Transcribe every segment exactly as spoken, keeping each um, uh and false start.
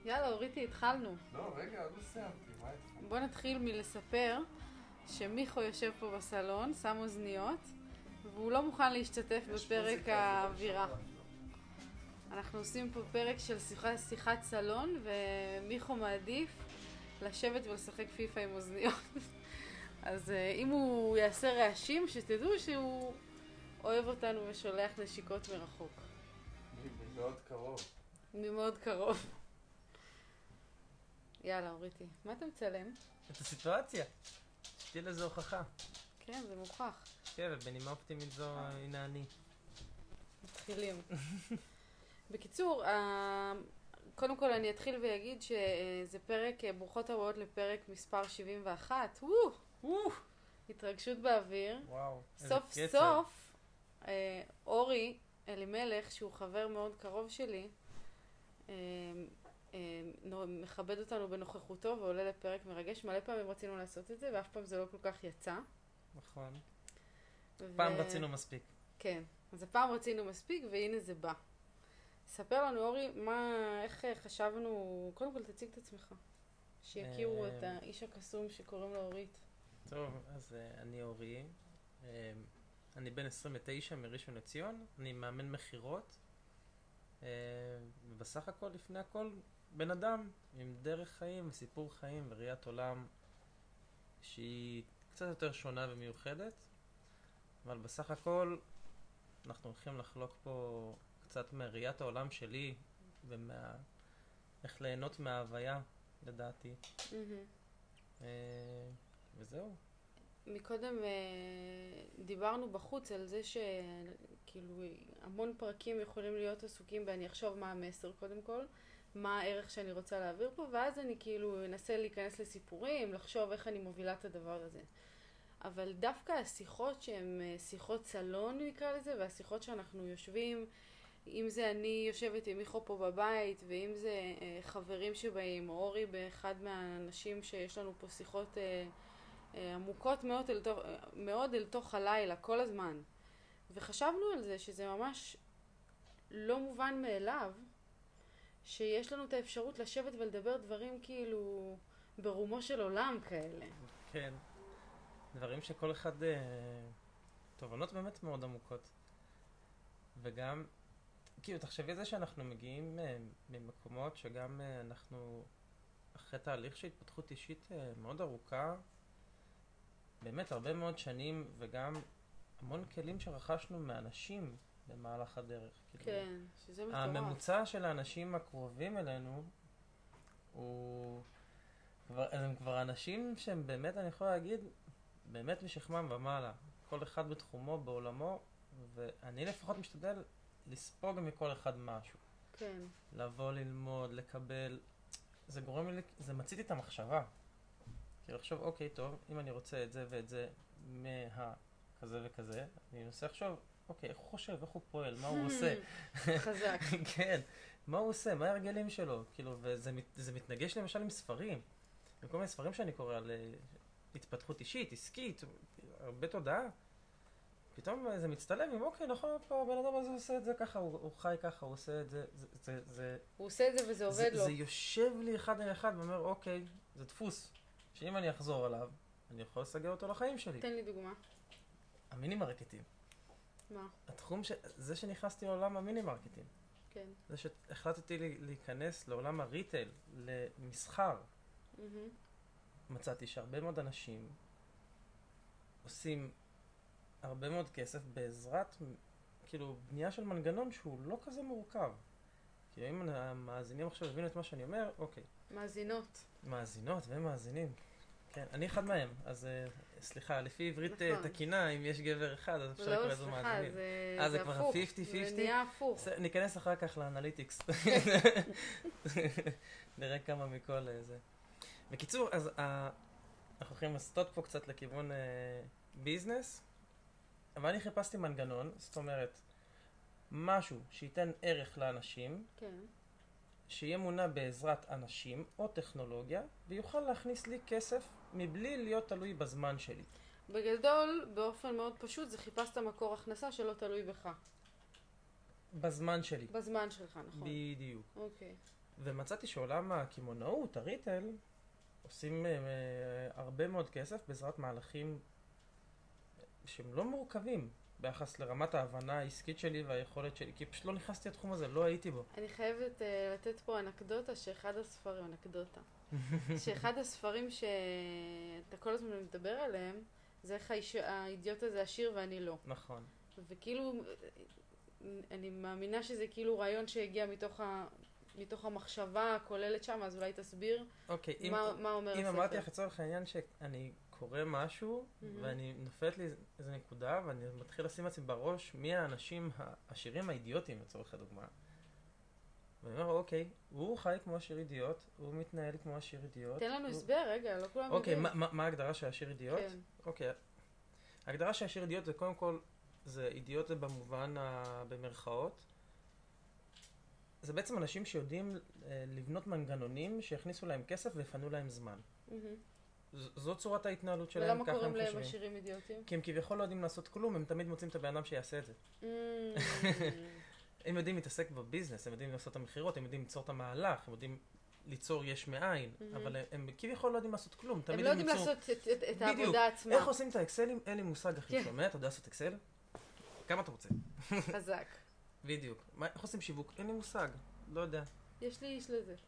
יאללה, אוריתי, התחלנו. לא, רגע, עוד לא סיימתי, מה איתך? בוא נתחיל מלספר שמיכו יושב פה בסלון, שם אוזניות, והוא לא מוכן להשתתף בפרק האווירה. אנחנו עושים פה פרק של שיחה, שיחת סלון, ומיכו מעדיף לשבת ולשחק פיפה עם אוזניות. אז אם הוא יעשה רעשים, שתדעו שהוא אוהב אותנו ושולח נשיקות מרחוק. מאוד קרוב. ממאוד קרוב. יאללה, אוריתי, מה אתה מצלם? את הסיטואציה. שתהיה לזה הוכחה. כן, זה מוכח. כן, ובנימה אופטימית זו, הנה אני. מתחילים. בקיצור, קודם כל אני אתחיל ויגיד שזה פרק, ברוכות הבאות לפרק מספר שבעים ואחת. וואו! וואו! התרגשות באוויר. וואו, איזה סוף קצב. סוף, אורי אלימלך, שהוא חבר מאוד קרוב שלי, מכבד אותנו בנוכחותו ועולה לפרק מרגש. מלא פעמים רצינו לעשות את זה ואף פעם זה לא כל כך יצא. נכון. ו... פעם רצינו מספיק. כן, אז הפעם רצינו מספיק והנה זה בא. ספר לנו אורי, מה, איך חשבנו, קודם כל תציג את עצמך, שיכירו את האיש הקסום שקוראים לו אורית. טוב, אז אני אורי, אני בן עשרים ותשע מראשון לציון, אני מאמן מחירות, ובסך הכל, לפני הכל, בן אדם עם דרך חיים וסיפור חיים וראיית עולם שהיא קצת יותר שונה ומיוחדת, אבל בסך הכל אנחנו הולכים לחלוק פה קצת מראיית העולם שלי ומה... איך ליהנות מההוויה, לדעתי. Mm-hmm. וזהו. מקודם דיברנו בחוץ על זה שכאילו המון פרקים יכולים להיות עסוקים ואני אחשוב מה המסר קודם כל, מה הערך שאני רוצה להעביר פה, ואז אני כאילו אנסה להיכנס לסיפורים, לחשוב איך אני מובילה את הדבר הזה. אבל דווקא השיחות שהן שיחות סלון נקרא לזה, והשיחות שאנחנו יושבים, אם זה אני יושבת עם מיכו פה בבית, ואם זה חברים שבאים, או אורי באחד מהאנשים שיש לנו פה שיחות עמוקות מאוד אל תוך, מאוד אל תוך הלילה, כל הזמן. וחשבנו על זה שזה ממש לא מובן מאליו, שיש לנו את האפשרות לשבת ולדבר דברים כאילו ברומו של עולם כאלה. כן. דברים שכל אחד, אה, תובנות באמת מאוד עמוקות. וגם, כאילו, תחשבי זה שאנחנו מגיעים אה, ממקומות שגם אה, אנחנו, אחרי תהליך של התפתחות אישית אה, מאוד ארוכה, באמת הרבה מאוד שנים, וגם המון כלים שרכשנו מאנשים במהלך הדרך. כן, כאילו, שזה מטורף. הממוצע של האנשים הקרובים אלינו, הוא... כבר, הם כבר אנשים שהם באמת, אני יכול להגיד, באמת משכמם ומעלה. כל אחד בתחומו, בעולמו, ואני לפחות משתדל לספוג מכל אחד משהו. כן. לבוא, ללמוד, לקבל. זה גורם לי, זה מצית את המחשבה. כי לחשוב, אוקיי, טוב, אם אני רוצה את זה ואת זה מה כזה וכזה, אני מנסה לחשוב, אוקיי, איך הוא חושב, איך הוא פועל, מה הוא עושה. חזק. כן, מה הוא עושה, מה ההרגלים שלו. כאילו, וזה זה מתנגש למשל עם ספרים. עם כל מיני ספרים שאני קורא על התפתחות אישית, עסקית, הרבה תודעה. פתאום זה מצטלם עם, אוקיי, נכון, פה הבן אדם הזה עושה את זה ככה, הוא, הוא חי ככה, הוא עושה את זה, זה, זה, זה... הוא עושה את זה וזה עובד זה, לו. זה יושב לי אחד על אחד ואומר, אוקיי, זה דפוס, שאם אני אחזור עליו, אני יכול לסגר אותו לחיים שלי. תן לי דוגמה. המיני מרקטים. מה? התחום ש... זה שנכנסתי לעולם המיני מרקטים. כן. זה שהחלטתי לי, להיכנס לעולם הריטייל, למסחר. Mm-hmm. מצאתי שהרבה מאוד אנשים עושים הרבה מאוד כסף בעזרת, כאילו, בנייה של מנגנון שהוא לא כזה מורכב. כאילו, אם המאזינים עכשיו הבינו את מה שאני אומר, אוקיי. מאזינות. מאזינות ומאזינים. כן, אני אחד מהם, אז סליחה, לפי עברית נכון. תקינה, אם יש גבר אחד, אז אפשר לקרוא לזה מאזינים. לא, סליחה, זה, אה, זה זה כבר הפוך. חמישים חמישים? זה נהיה הפוך. ניכנס אחר כך לאנליטיקס. נראה כמה מכל זה. בקיצור, אז ה... אנחנו הולכים לסטות פה קצת לכיוון אה, ביזנס, אבל אני חיפשתי מנגנון, זאת אומרת, משהו שייתן ערך לאנשים, כן. שיהיה מונע בעזרת אנשים או טכנולוגיה, ויוכל להכניס לי כסף מבלי להיות תלוי בזמן שלי. בגדול, באופן מאוד פשוט, זה חיפשת מקור הכנסה שלא תלוי בך. בזמן שלי. בזמן שלך, נכון. בדיוק. אוקיי. ומצאתי שעולם הקימונאות, הריטל, עושים אה, הרבה מאוד כסף בעזרת מהלכים שהם לא מורכבים ביחס לרמת ההבנה העסקית שלי והיכולת שלי, כי פשוט לא נכנסתי לתחום הזה, לא הייתי בו. אני חייבת uh, לתת פה אנקדוטה שאחד הספרים, אנקדוטה, שאחד הספרים שאתה כל הזמן מדבר עליהם, זה איך האיש, האידיוט הזה עשיר ואני לא. נכון. וכאילו, אני מאמינה שזה כאילו רעיון שהגיע מתוך, ה, מתוך המחשבה הכוללת שם, אז אולי תסביר אוקיי, מה, אם, מה אומר אם הספר. אמרתי לך לצורך העניין שאני קורא משהו, mm-hmm. ואני נופלת לי איזו נקודה, ואני מתחיל לשים לעצמי בראש מי האנשים העשירים האידיוטיים לצורך הדוגמה. ואני אומר, אוקיי, הוא חי כמו עשיר אידיוט, הוא מתנהל כמו עשיר אידיוט. תן לנו הוא... הסבר, רגע, לא כולם אוקיי, יודעים. מה, מה ההגדרה של עשיר אידיוט? כן. אוקיי, ההגדרה של עשיר אידיוט זה קודם כל, זה אידיוט זה במובן ה... במרכאות. זה בעצם אנשים שיודעים אה, לבנות מנגנונים שיכניסו להם כסף ויפנו להם זמן. Mm-hmm. ז- זו צורת ההתנהלות שלהם, ולמה ככה הם קוראים להם חושבים. עשירים אידיוטים? כי הם כביכול לא יודעים לעשות כלום, הם תמיד מוצאים את הבן אדם שיעשה את זה. Mm. הם יודעים להתעסק בביזנס, הם יודעים לעשות את המחירות, הם יודעים ליצור את המהלך, הם יודעים ליצור יש מאין, Mhm. אבל הם, הם כביכול לא יודעים לעשות כלום. הם תמיד לא יודעים ייצרו- לעשות את- את- את בדיוק. העבודה עצמה. איך עושים את האקסלים? אין לי מושג, אחי. כן. שומע? אתה יודע לעשות אקסל? כמה אתה רוצה? חזק. בדיוק. מה- איך עושים שיווק? אין לי מושג. לא יודע. יש לי איש לזה.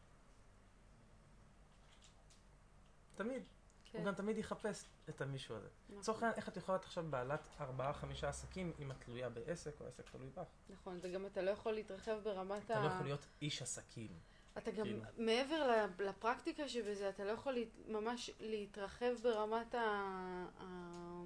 תמיד. כן. הוא גם תמיד יחפש את המישהו הזה. נכון. לצורך העניין, איך את יכולה להיות עכשיו בעלת ארבעה, חמישה עסקים אם את תלויה בעסק או העסק תלוי בך? נכון, זה גם אתה לא יכול להתרחב ברמת אתה ה... לא יכול להיות איש עסקים. אתה גם, כאילו. מעבר ל- לפרקטיקה שבזה, אתה לא יכול להת- ממש להתרחב ברמת ה... ה...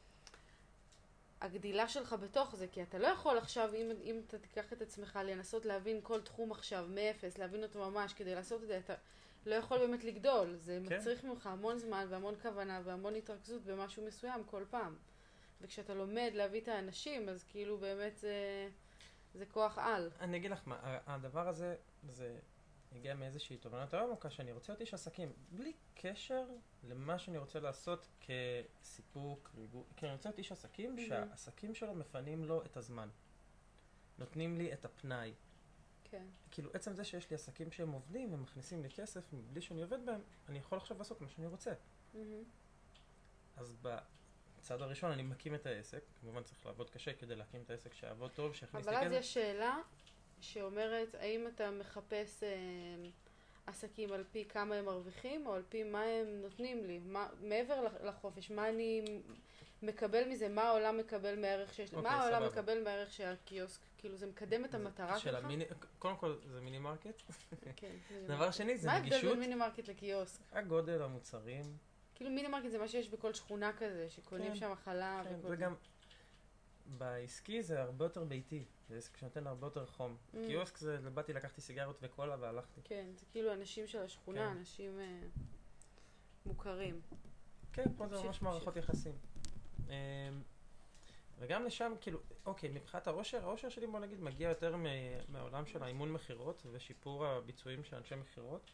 הגדילה שלך בתוך זה, כי אתה לא יכול עכשיו, אם, אם אתה תיקח את עצמך, לנסות להבין כל תחום עכשיו, מאפס, להבין אותו ממש, כדי לעשות את זה, אתה לא יכול באמת לגדול. זה כן. מצריך ממך המון זמן והמון כוונה והמון התרכזות במשהו מסוים כל פעם. וכשאתה לומד להביא את האנשים, אז כאילו באמת זה, זה כוח על. אני אגיד לך מה, ה- הדבר הזה, זה הגיע מאיזושהי תובנה יותר עמוקה, שאני רוצה להיות איש עסקים, בלי קשר למה שאני רוצה לעשות כסיפוק, ריגור, כי אני רוצה להיות איש עסקים, Mhm. שהעסקים שלו מפנים לו את הזמן. נותנים לי את הפנאי. כן. כאילו, עצם זה שיש לי עסקים שהם עובדים, הם מכניסים לי כסף, מבלי שאני עובד בהם, אני יכול עכשיו לעשות מה שאני רוצה. מהמם. אז בצד הראשון אני מקים את העסק, כמובן צריך לעבוד קשה כדי להקים את העסק שיעבוד טוב, שיכניס לי אבל אז כסף. יש שאלה שאומרת, האם אתה מחפש אה, עסקים על פי כמה הם מרוויחים, או על פי מה הם נותנים לי? מה, מעבר לח- לחופש, מה אני מקבל מזה? מה העולם מקבל מהערך שיש לי? אוקיי, מה העולם סבבה. מקבל מהערך של הקיוסק? כאילו זה מקדם את המטרה של שלך? המיני, קודם כל זה מיני מרקט. כן. מיני דבר מרקט. שני זה מה ההבדל נגישות, בין מיני מרקט לקיוסק? הגודל, המוצרים. כאילו מיני מרקט זה מה שיש בכל שכונה כזה, שקונים כן, שם חלב כן, וכל זה גם, בעסקי זה הרבה יותר ביתי, זה עסק שנותן הרבה יותר חום. Mm. קיוסק זה, באתי לקחתי סיגרות וקולה והלכתי. כן, זה כאילו אנשים של השכונה, כן. אנשים אה, מוכרים. כן, פה זה תמשיך, ממש מערכות יחסים. אמ, וגם לשם, כאילו, אוקיי, מבחינת העושר, העושר שלי בוא נגיד מגיע יותר מ- מהעולם של האימון מחירות ושיפור הביצועים של אנשי מחירות.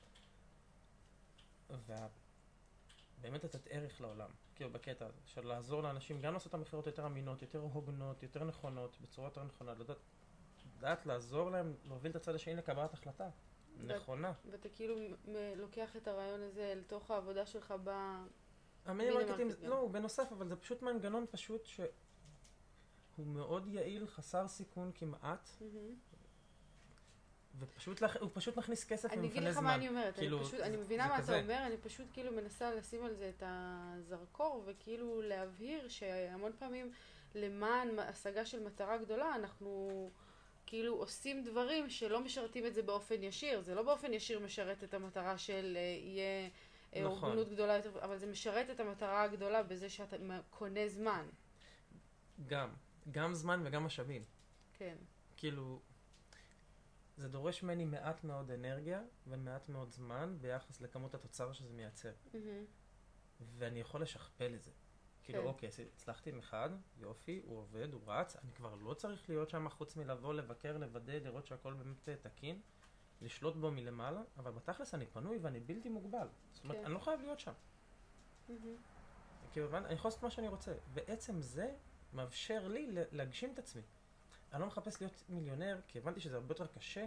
ובאמת לתת ערך לעולם, כאילו בקטע הזה, של לעזור לאנשים גם לעשות את המחירות יותר אמינות, יותר הוגנות, יותר נכונות, בצורה יותר נכונה, לדעת, לדעת לעזור להם להוביל את הצד השני לקבלת החלטה נכונה. ואתה כאילו מ- מ- לוקח את הרעיון הזה לתוך העבודה שלך ב... המיני מיני מרקטים, מרקט גם. לא, הוא בנוסף, אבל זה פשוט מנגנון פשוט שהוא מאוד יעיל, חסר סיכון כמעט, מהמם. ופשוט, לח- הוא פשוט מכניס כסף אני אגיד ומפנה לך זמן. מה אני אומרת, כאילו, אני פשוט, זה- אני מבינה זה מה כזה. אתה אומר, אני פשוט כאילו מנסה לשים על זה את הזרקור, וכאילו להבהיר שהמון פעמים למען השגה של מטרה גדולה, אנחנו כאילו עושים דברים שלא משרתים את זה באופן ישיר, זה לא באופן ישיר משרת את המטרה של אה, יהיה אה, נכון. אורגנות גדולה יותר, אבל זה משרת את המטרה הגדולה בזה שאתה מ- קונה זמן, גם, גם זמן וגם משאבים. כן. כאילו, זה דורש ממני מעט מאוד אנרגיה ומעט מאוד זמן ביחס לכמות התוצר שזה מייצר. מהמם. ואני יכול לשכפל את זה. כאילו, כן. אוקיי, הצלחתי עם אחד, יופי, הוא עובד, הוא רץ, אני כבר לא צריך להיות שם חוץ מלבוא, לבקר, לוודא, לראות שהכל באמת תקין, לשלוט בו מלמעלה, אבל בתכלס אני פנוי ואני בלתי מוגבל. זאת אומרת, כן. אני לא חייב להיות שם. מהמם. כאילו, אני יכול לעשות מה שאני רוצה. ועצם זה מאפשר לי ל- להגשים את עצמי. אני לא מחפש להיות מיליונר, כי הבנתי שזה הרבה יותר קשה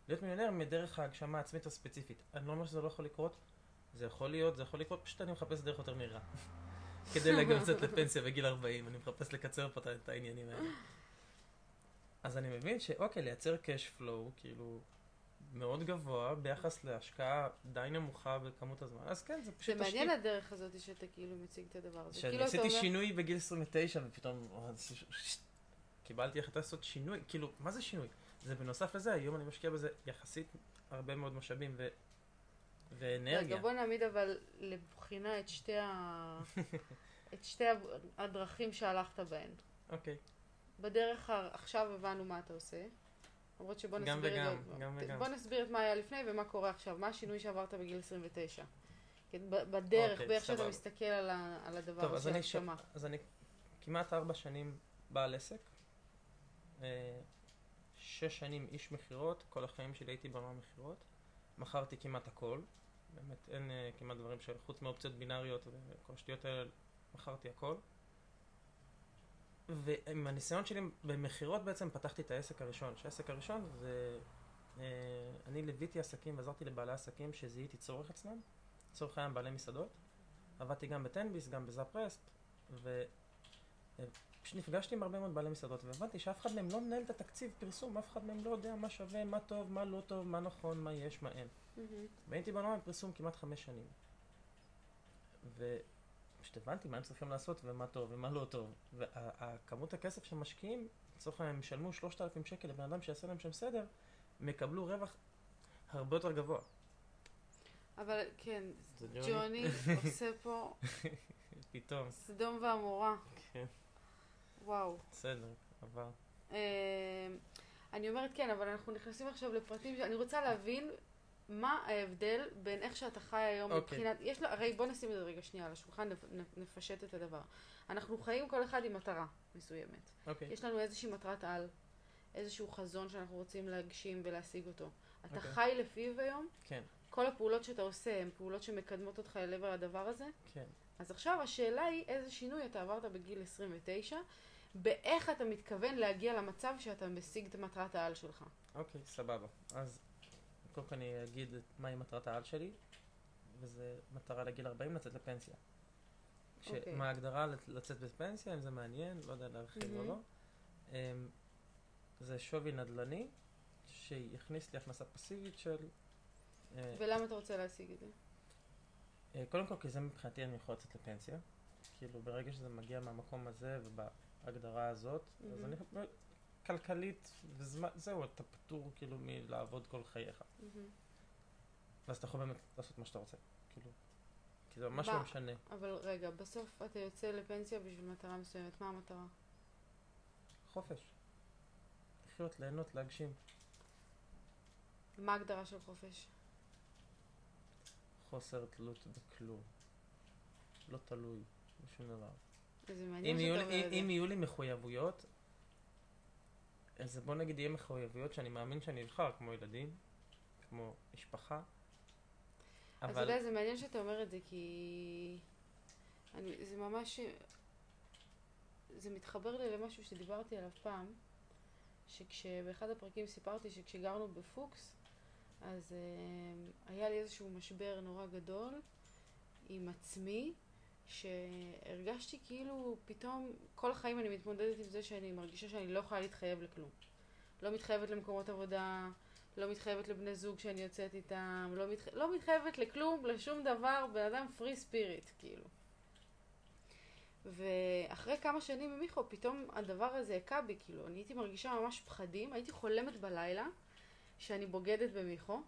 להיות מיליונר מדרך ההגשמה העצמית הספציפית. אני לא אומר שזה לא יכול לקרות, זה יכול להיות, זה יכול לקרות, פשוט אני מחפש דרך יותר מהירה. כדי להגיע לצאת לפנסיה בגיל ארבעים, אני מחפש לקצר פה את העניינים האלה. אז אני מבין שאוקיי, לייצר cash flow, כאילו, מאוד גבוה, ביחס להשקעה די נמוכה בכמות הזמן. אז כן, זה פשוט... זה מעניין הדרך הזאת שאתה כאילו מציג את הדבר הזה. שאני עשיתי שינוי בגיל עשרים ותשע, ופתאום קיבלתי איך לעשות שינוי. כאילו, מה זה שינוי? זה בנוסף לזה, היום אני משקיע בזה יחסית הרבה מאוד משאבים ו... ואנרגיה. רגע, בוא נעמיד אבל לבחינה את שתי ה... את שתי הדרכים שהלכת בהן. אוקיי. בדרך עכשיו הבנו מה אתה עושה. למרות שבוא נסביר גם וגם, גם וגם. בוא נסביר את מה היה לפני ומה קורה עכשיו. מה השינוי שעברת בגיל עשרים ותשע? בדרך, באיך שאתה מסתכל על הדבר הזה. טוב, אז אני כמעט ארבע שנים בעל עסק. שש שנים איש מחירות, כל החיים שלי הייתי בעולם מחירות. מכרתי כמעט הכל. באמת אין כמעט דברים שחוץ מאופציות בינאריות וכל השטויות האלה, מכרתי הכל. ועם הניסיון שלי במחירות בעצם פתחתי את העסק הראשון. שהעסק הראשון זה... אני ליוויתי עסקים ועזרתי לבעלי עסקים שזיהיתי צורך אצלם. צורך היה בעלי מסעדות. עבדתי גם בטנביס, גם בזאפרסט. ופשוט נפגשתי עם הרבה מאוד בעלי מסעדות והבנתי שאף אחד מהם לא מנהל את התקציב פרסום. אף אחד מהם לא יודע מה שווה, מה טוב, מה לא טוב, מה נכון, מה יש, מה אין. והייתי בעולם בפרסום כמעט חמש שנים. ו... פשוט הבנתי מה הם צריכים לעשות ומה טוב ומה לא טוב. והכמות הכסף שמשקיעים, לצורך העניין הם ישלמו שלושת אלפים שקל לבן אדם שיעשה להם שם סדר, הם יקבלו רווח הרבה יותר גבוה. אבל כן, ג'וני עושה פה פתאום. סדום ועמורה. כן. וואו. בסדר, עבר. אני אומרת כן, אבל אנחנו נכנסים עכשיו לפרטים, אני רוצה להבין מה ההבדל בין איך שאתה חי היום מבחינת, יש לה, הרי בוא נשים את זה רגע שנייה על השולחן, נפשט את הדבר. אנחנו חיים כל אחד עם מטרה מסוימת. יש לנו איזושהי מטרת על, איזשהו חזון שאנחנו רוצים להגשים ולהשיג אותו. אתה חי לפיו היום? כן. כל הפעולות שאתה עושה הן פעולות שמקדמות אותך אל עבר הדבר הזה? כן. אז עכשיו השאלה היא איזה שינוי אתה עברת בגיל עשרים ותשע, באיך אתה מתכוון להגיע למצב שאתה משיג את מטרת העל שלך. אוקיי, סבבה. אז קודם כל אני אגיד מהי מטרת העל שלי, וזה מטרה לגיל ארבעים לצאת לפנסיה. אוקיי. מה ההגדרה לצאת בפנסיה, אם זה מעניין, לא יודע להרחיב או לא. זה שווי נדל"ני, שיכניס לי הכנסה פסיבית של... ולמה אתה רוצה להשיג את זה? קודם כל, כי זה מבחינתי אני יכול לצאת לפנסיה. כאילו, ברגע שזה מגיע מהמקום הזה ובהגדרה הזאת, אז אני... כלכלית, וזהו, אתה פטור כאילו מלעבוד כל חייך. ואז אתה יכול באמת לעשות מה שאתה רוצה. כאילו, כי זה ממש לא משנה. אבל רגע, בסוף אתה יוצא לפנסיה בשביל מטרה מסוימת. מה המטרה? חופש. לחיות, ליהנות, להגשים. מה ההגדרה של חופש? חוסר תלות בכלום. לא תלוי בשום דבר. זה מעניין שאתה אומר את זה. אם יהיו לי מחויבויות, אז בוא נגיד יהיה מחויבויות שאני מאמין שאני אבחר, כמו ילדים, כמו משפחה. אז אתה יודע, זה מעניין שאתה אומר את זה, כי אני, זה ממש, זה מתחבר לי למשהו שדיברתי עליו פעם, שכשבאחד הפרקים סיפרתי שכשגרנו בפוקס, אז uh, היה לי איזשהו משבר נורא גדול עם עצמי, שהרגשתי כאילו פתאום כל החיים אני מתמודדת עם זה שאני מרגישה שאני לא יכולה להתחייב לכלום. לא מתחייבת למקומות עבודה, לא מתחייבת לבני זוג שאני יוצאת איתם, לא, מתח... לא מתחייבת לכלום, לשום דבר, בן אדם פרי ספיריט, כאילו. ואחרי כמה שנים ממיכו, פתאום הדבר הזה הקע בי, כאילו, אני הייתי מרגישה ממש פחדים, הייתי חולמת בלילה שאני בוגדת במיכו,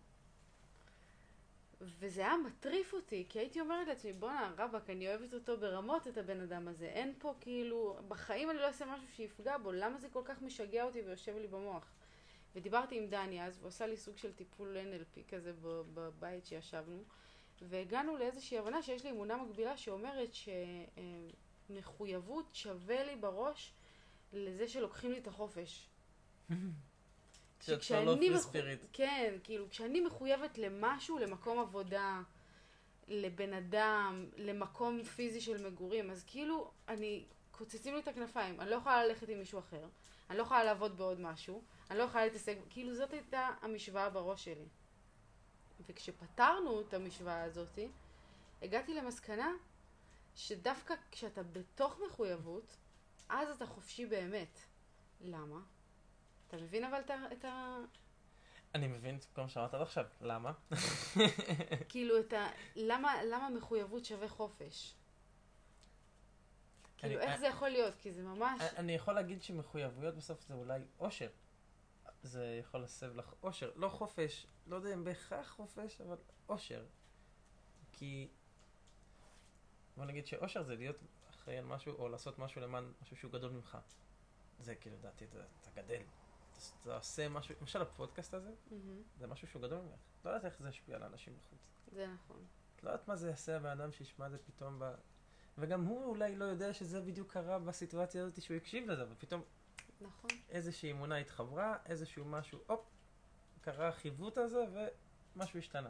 וזה היה מטריף אותי, כי הייתי אומרת לעצמי, בוא'נה, רבק, אני אוהבת אותו ברמות את הבן אדם הזה, אין פה כאילו, בחיים אני לא אעשה משהו שיפגע בו, למה זה כל כך משגע אותי ויושב לי במוח? ודיברתי עם דני אז, והוא עשה לי סוג של טיפול אן אל פי כזה בבית שישבנו, והגענו לאיזושהי הבנה שיש לי אמונה מקבילה שאומרת שמחויבות שווה לי בראש לזה שלוקחים לי את החופש. שכשאני מח... כן, כאילו, כשאני מחויבת למשהו, למקום עבודה, לבן אדם, למקום פיזי של מגורים, אז כאילו, אני, קוצצים לי את הכנפיים, אני לא יכולה ללכת עם מישהו אחר, אני לא יכולה לעבוד בעוד משהו, אני לא יכולה להתעסק, כאילו זאת הייתה המשוואה בראש שלי. וכשפתרנו את המשוואה הזאת, הגעתי למסקנה שדווקא כשאתה בתוך מחויבות, אז אתה חופשי באמת. למה? אתה מבין אבל את ה... אני מבין את כל מה שאמרת עד עכשיו. למה? כאילו את ה... למה, למה מחויבות שווה חופש? כאילו איך זה יכול להיות? כי זה ממש... אני יכול להגיד שמחויבויות בסוף זה אולי אושר. זה יכול לסב לך אושר. לא חופש, לא יודע אם בהכרח חופש, אבל אושר. כי... בוא נגיד שאושר זה להיות אחראי על משהו, או לעשות משהו למען משהו שהוא גדול ממך. זה כאילו, דעתי, אתה, אתה גדל. אתה, אתה עושה משהו, למשל הפודקאסט הזה, mm-hmm. זה משהו שהוא גדול ממך. לא יודעת איך זה ישפיע על האנשים בחוץ. זה נכון. לא יודעת מה זה יעשה הבן שישמע את זה פתאום ב... וגם הוא אולי לא יודע שזה בדיוק קרה בסיטואציה הזאת שהוא הקשיב לזה, ופתאום... נכון. איזושהי אמונה התחברה, איזשהו משהו, הופ, קרה החיווט הזה, ומשהו השתנה.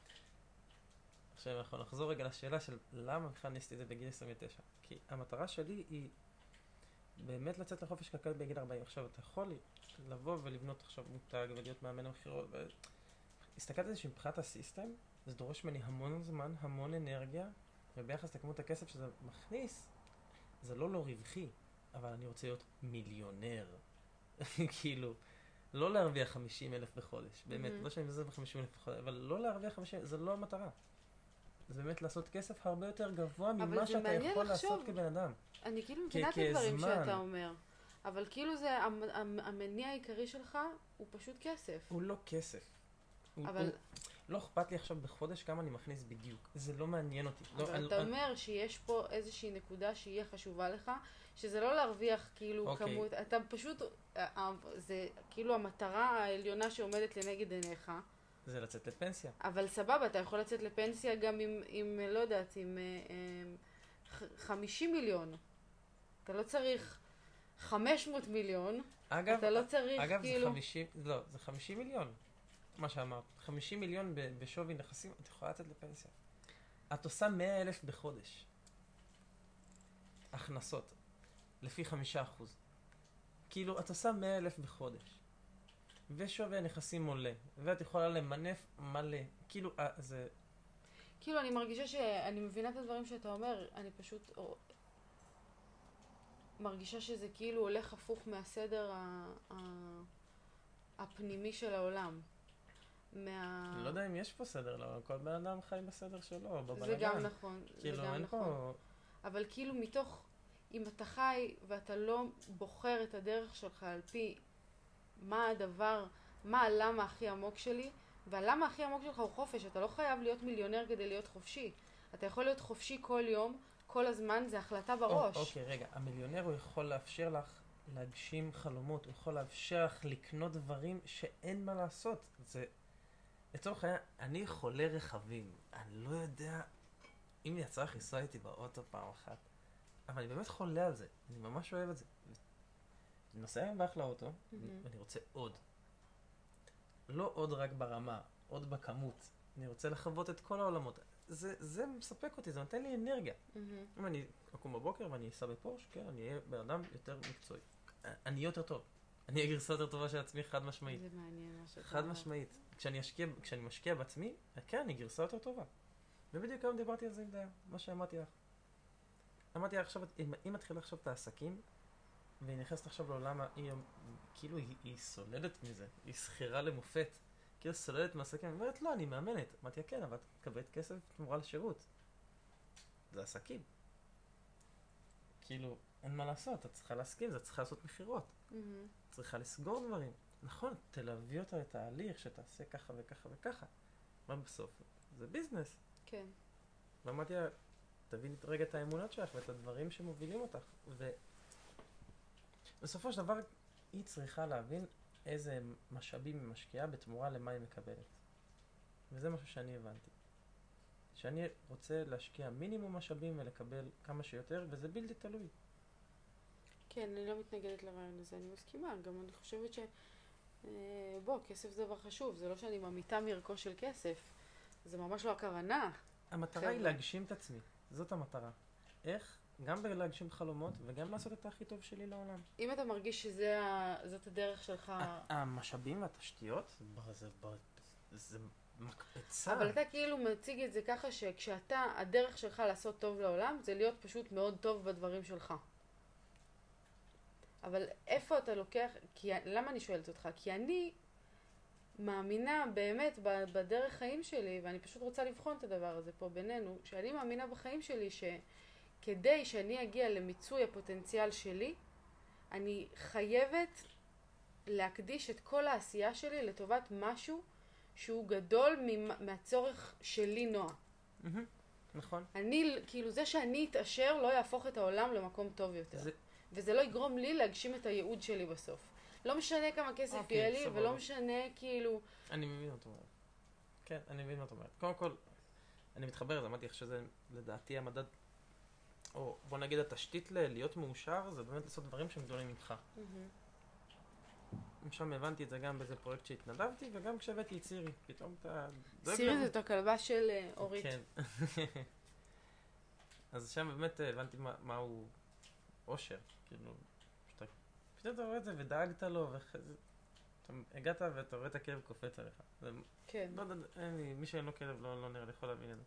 עכשיו אנחנו נחזור רגע לשאלה של למה בכלל ניסיתי את זה בגיל עשרים ותשע. כי המטרה שלי היא באמת לצאת לחופש כלכלי בגיל ארבעים. עכשיו אתה יכול לבוא ולבנות עכשיו מותג ולהיות מאמן המחירות. והסתכלתי על זה שמבחינת הסיסטם, זה דורש ממני המון זמן, המון אנרגיה, וביחס לכמות הכסף שזה מכניס, זה לא לא רווחי, אבל אני רוצה להיות מיליונר. כאילו, לא להרוויח חמישים אלף בחודש. באמת, לא שאני מזוז ב-חמישים אלף בחודש, אבל לא להרוויח חמישים אלף, זה לא המטרה. זה באמת לעשות כסף הרבה יותר גבוה ממה שאתה יכול לעשות כבן אדם. אני כאילו מבינה את הדברים שאתה אומר, אבל כאילו זה, המניע העיקרי שלך הוא פשוט כסף. הוא לא כסף. אבל... לא אכפת לי עכשיו בחודש כמה אני מכניס בדיוק. זה לא מעניין אותי. אבל אתה אומר שיש פה איזושהי נקודה שהיא חשובה לך, שזה לא להרוויח כאילו כמות, אתה פשוט, זה כאילו המטרה העליונה שעומדת לנגד עיניך. זה לצאת לפנסיה. אבל סבבה, אתה יכול לצאת לפנסיה גם עם, עם לא יודעת, עם חמישים מיליון. אתה לא צריך חמש מאות מיליון. אגב, אתה לא צריך אגב, כאילו... זה חמישים, לא, זה חמישים מיליון. מה שאמרת. חמישים מיליון בשווי נכסים, את יכולה לצאת לפנסיה. את עושה מאה אלף בחודש. הכנסות. לפי חמישה אחוז. כאילו, את עושה מאה אלף בחודש. ושווי הנכסים עולה. ואת יכולה למנף מלא. כאילו, זה... כאילו, אני מרגישה שאני מבינה את הדברים שאתה אומר, אני פשוט... או... מרגישה שזה כאילו הולך הפוך מהסדר ה... ה... הפנימי של העולם. מה... לא יודע אם יש פה סדר, לא, כל בן אדם חי בסדר שלו, בבלגן. זה גם נכון, כאילו, זה גם נכון. פה... אבל כאילו מתוך, אם אתה חי ואתה לא בוחר את הדרך שלך על פי מה הדבר, מה הלמה הכי עמוק שלי, והלמה הכי עמוק שלך הוא חופש, אתה לא חייב להיות מיליונר כדי להיות חופשי. אתה יכול להיות חופשי כל יום, כל הזמן, זה החלטה בראש. או, אוקיי, רגע, המיליונר הוא יכול לאפשר לך להגשים חלומות, הוא יכול לאפשר לך לקנות דברים שאין מה לעשות. זה... לצורך העניין, אני חולה רכבים, אני לא יודע אם יצא לך לנסוע איתי באוטו פעם אחת, אבל אני באמת חולה על זה, אני ממש אוהב את זה. אני נוסע היום באח לאוטו, mm-hmm. ואני רוצה עוד. לא עוד רק ברמה, עוד בכמות. אני רוצה לחוות את כל העולמות. זה, זה מספק אותי, זה נותן לי אנרגיה. Mm-hmm. אם אני אקום בבוקר ואני אסע בפורש, כן, אני אהיה בן אדם יותר מקצועי. אני אהיה יותר טוב. אני אהיה גרסה יותר טובה של עצמי, חד משמעית. זה מעניין מה שאתה אומר. חד משמעית. כשאני אשקיע, כשאני משקיע בעצמי, כן, אני גרסה יותר טובה. ובדיוק היום דיברתי על זה עם דייר, מה שאמרתי לך. אמרתי לך עכשיו, אם היא מתחילה עכשיו את העסקים, והיא נכנסת עכשיו לעולם, היא, כאילו היא, היא סולדת מזה, היא שכירה למופת, כאילו סולדת מעסקים, היא אומרת, לא, אני מאמנת. אמרתי, כן, אבל את מקבלת כסף תמורה לשירות. זה עסקים. כאילו, אין מה לעשות, את צריכה להסכים, את צריכה לעשות מחירות. Mm-hmm. צריכה לסגור דברים. נכון, תלווי אותה לתהליך שתעשה ככה וככה וככה. מה בסוף? זה ביזנס. כן. ואמרתי לה, תביני רגע את האמונות שלך ואת הדברים שמובילים אותך. ובסופו של דבר, היא צריכה להבין איזה משאבים היא משקיעה בתמורה למה היא מקבלת. וזה משהו שאני הבנתי. שאני רוצה להשקיע מינימום משאבים ולקבל כמה שיותר, וזה בלתי תלוי. כן, אני לא מתנגדת לרעיון הזה, אני מסכימה. גם אני חושבת ש... בוא, כסף זה דבר חשוב, זה לא שאני ממיתה מערכו של כסף, זה ממש לא הכוונה. המטרה היא להגשים את עצמי, זאת המטרה. איך גם בלהגשים חלומות וגם לעשות את הכי טוב שלי לעולם. אם אתה מרגיש שזאת הדרך שלך... המשאבים והתשתיות, זה, זה מקפצה. אבל אתה כאילו מציג את זה ככה שכשאתה, הדרך שלך לעשות טוב לעולם, זה להיות פשוט מאוד טוב בדברים שלך. אבל איפה אתה לוקח... כי, למה אני שואלת אותך? כי אני מאמינה באמת בדרך חיים שלי, ואני פשוט רוצה לבחון את הדבר הזה פה בינינו, שאני מאמינה בחיים שלי שכדי שאני אגיע למיצוי הפוטנציאל שלי, אני חייבת להקדיש את כל העשייה שלי לטובת משהו שהוא גדול מהצורך שלי נועה. נכון. אני, כאילו זה שאני אתאשר לא יהפוך את העולם למקום טוב יותר. זה... וזה לא יגרום לי להגשים את הייעוד שלי בסוף. לא משנה כמה כסף okay, יהיה לי, סבבה. ולא משנה כאילו... אני מבין מה אתה אומר. כן, אני מבין מה אתה אומר. קודם כל, אני מתחבר, אז אמרתי איך שזה לדעתי המדד, או בוא נגיד התשתית להיות מאושר, זה באמת לעשות דברים שהם גדולים ממך. Mm-hmm. שם הבנתי את זה גם באיזה פרויקט שהתנדבתי, וגם כשהבאתי את סירי. פתאום אתה... סירי זאת הכלבה של אורית. כן. אז שם באמת הבנתי מה, מהו אושר. כאילו, שאתה... פתאום אתה רואה את זה ודאגת לו, ואחרי זה... אתה הגעת ואתה רואה את הכלב קופץ עליך. זה... כן. לא יודע, אין לי, מי שאין לו כלב לא, לא נראה לי יכול להבין את זה.